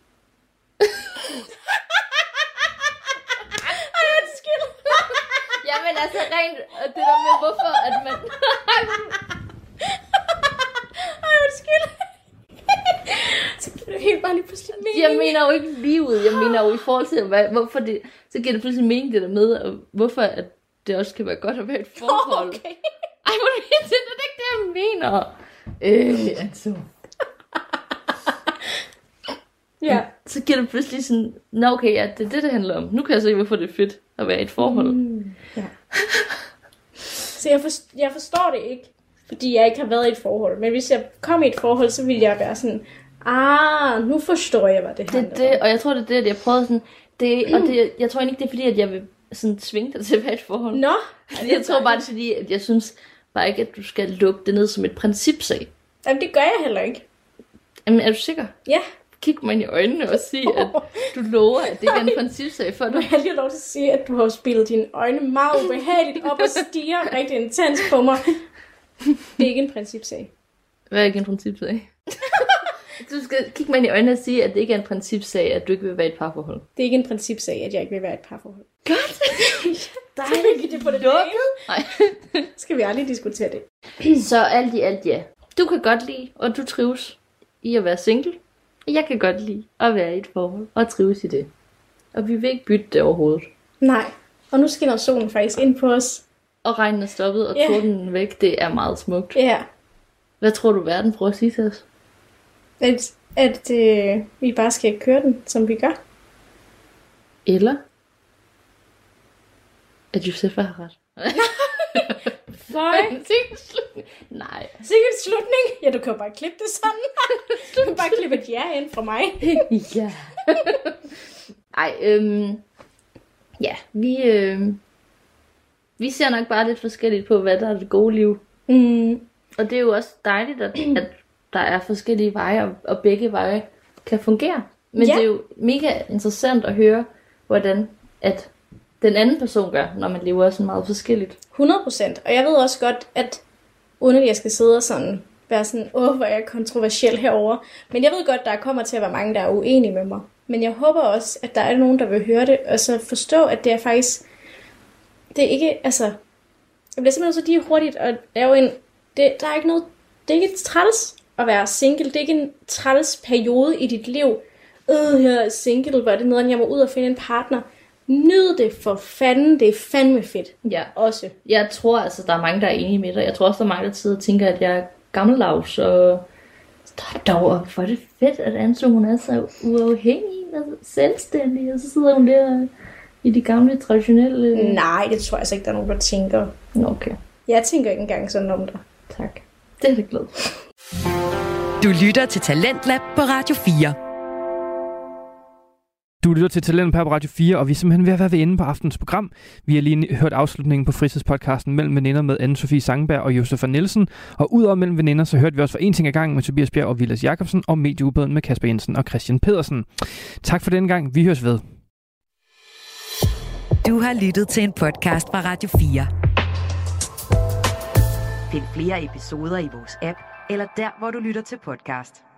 Jamen altså rent, det der med hvorfor, at man...
Så giver det helt bare lige pludselig mening.
Jeg mener jo ikke livet, jeg mener jo i forhold til, hvorfor det... Så giver det pludselig mening det der med, og hvorfor at det også kan være godt at være et forhold.
Okay.
Ej, må du vide, det er ikke det, jeg mener. Altså...
Ja.
Så giver det pludselig sådan, nå okay, ja, det er det handler om. Nu kan jeg se, hvorfor det er fedt at være i et forhold.
Ja. Så jeg forstår det ikke, fordi jeg ikke har været i et forhold. Men hvis jeg kom i et forhold, så ville jeg være sådan, nu forstår jeg, hvad det handler om.
Og jeg tror, det er det, at jeg prøvede sådan, jeg tror ikke, det er fordi, at jeg vil sådan tvinge dig til at være i et forhold.
Nå.
Jeg tror bare, det er fordi, at jeg synes bare ikke, at du skal lukke det ned som et principsag.
Jamen, det gør jeg heller ikke.
Jamen, er du sikker?
Ja.
Kig mig i øjnene og sige, at du lover, at det ikke er en principsag for dig.
Jeg har lige lov til at sige, at du har spillet dine øjne meget ubehageligt op og stiger rigtig intens på mig. Det er ikke en principsag.
Hvad er ikke en principsag? Du skal kigge mig i øjnene og sige, at det ikke er en principsag, at du ikke vil være i et parforhold.
Det er ikke en principsag, at jeg ikke vil være i et parforhold.
Godt!
Dejligt. Det på det lukket.
Nej.
Skal vi aldrig diskutere det.
Så alt i alt, ja. Du kan godt lide, og du trives i at være single. Jeg kan godt lide at være i et forhold og trives i det. Og vi vil ikke bytte det overhovedet.
Nej. Og nu skinner solen faktisk ind på os.
Og regnen er stoppet, og torden væk. Det er meget smukt.
Ja.
Hvad tror du, verden prøver at sige til os?
At vi bare skal køre den, som vi gør.
Eller at Josefa har ret.
Nej.
Nej.
Sikkert slutning. Ja, du kan jo bare klippe det sådan. Du kan bare klippe et ja ind fra mig.
Ja. Ej, ja, vi ser nok bare lidt forskelligt på, hvad der er det gode liv. Og det er jo også dejligt, at der er forskellige veje, og begge veje kan fungere. Men det er jo mega interessant at høre, hvordan at den anden person gør, når man lever sådan meget forskelligt.
100%. Og jeg ved også godt, at uden at jeg skal sidde og sådan, være sådan, hvor jeg er kontroversiel herover. Men jeg ved godt, der kommer til at være mange, der er uenige med mig. Men jeg håber også, at der er nogen, der vil høre det, og så forstå, at det er faktisk, det er ikke, altså, jeg bliver simpelthen så lige hurtigt, og lave en, der er ikke noget, det er ikke træls at være single, det er ikke en træls periode i dit liv. Jeg er single, hvor det er noget, jeg må ud og finde en partner. Nyd det for fanden, det er fandme fedt.
Ja.
Også.
Jeg tror altså, der er mange, der er enige med dig. Jeg tror også, der er mange, der sidder og tænker, at jeg er gammeldags, og stop dog, for det fedt, at Anso, hun er så uafhængig og selvstændig, og så sidder hun der i de gamle, traditionelle...
Nej, det tror jeg altså ikke, der er nogen, der tænker.
Okay.
Jeg tænker ikke engang sådan om dig.
Tak. Det er jeg glad.
Du lytter til Talentlab på Radio 4.
Du lytter til Talent på Radio 4, og vi er simpelthen ved at være ved ende på aftens program. Vi har lige hørt afslutningen på fritidspodcasten Mellem Veninder med Anne-Sophie Sangenberg og Josefa Nielsen. Og udover Mellem Veninder, så hørte vi også for en ting ad gangen med Tobias Bjerg og Vilas Jacobsen, og Medieubåden med Kasper Jensen og Christian Pedersen. Tak for denne gang. Vi høres ved.
Du har lyttet til en podcast fra Radio 4. Find flere episoder i vores app, eller der, hvor du lytter til podcast.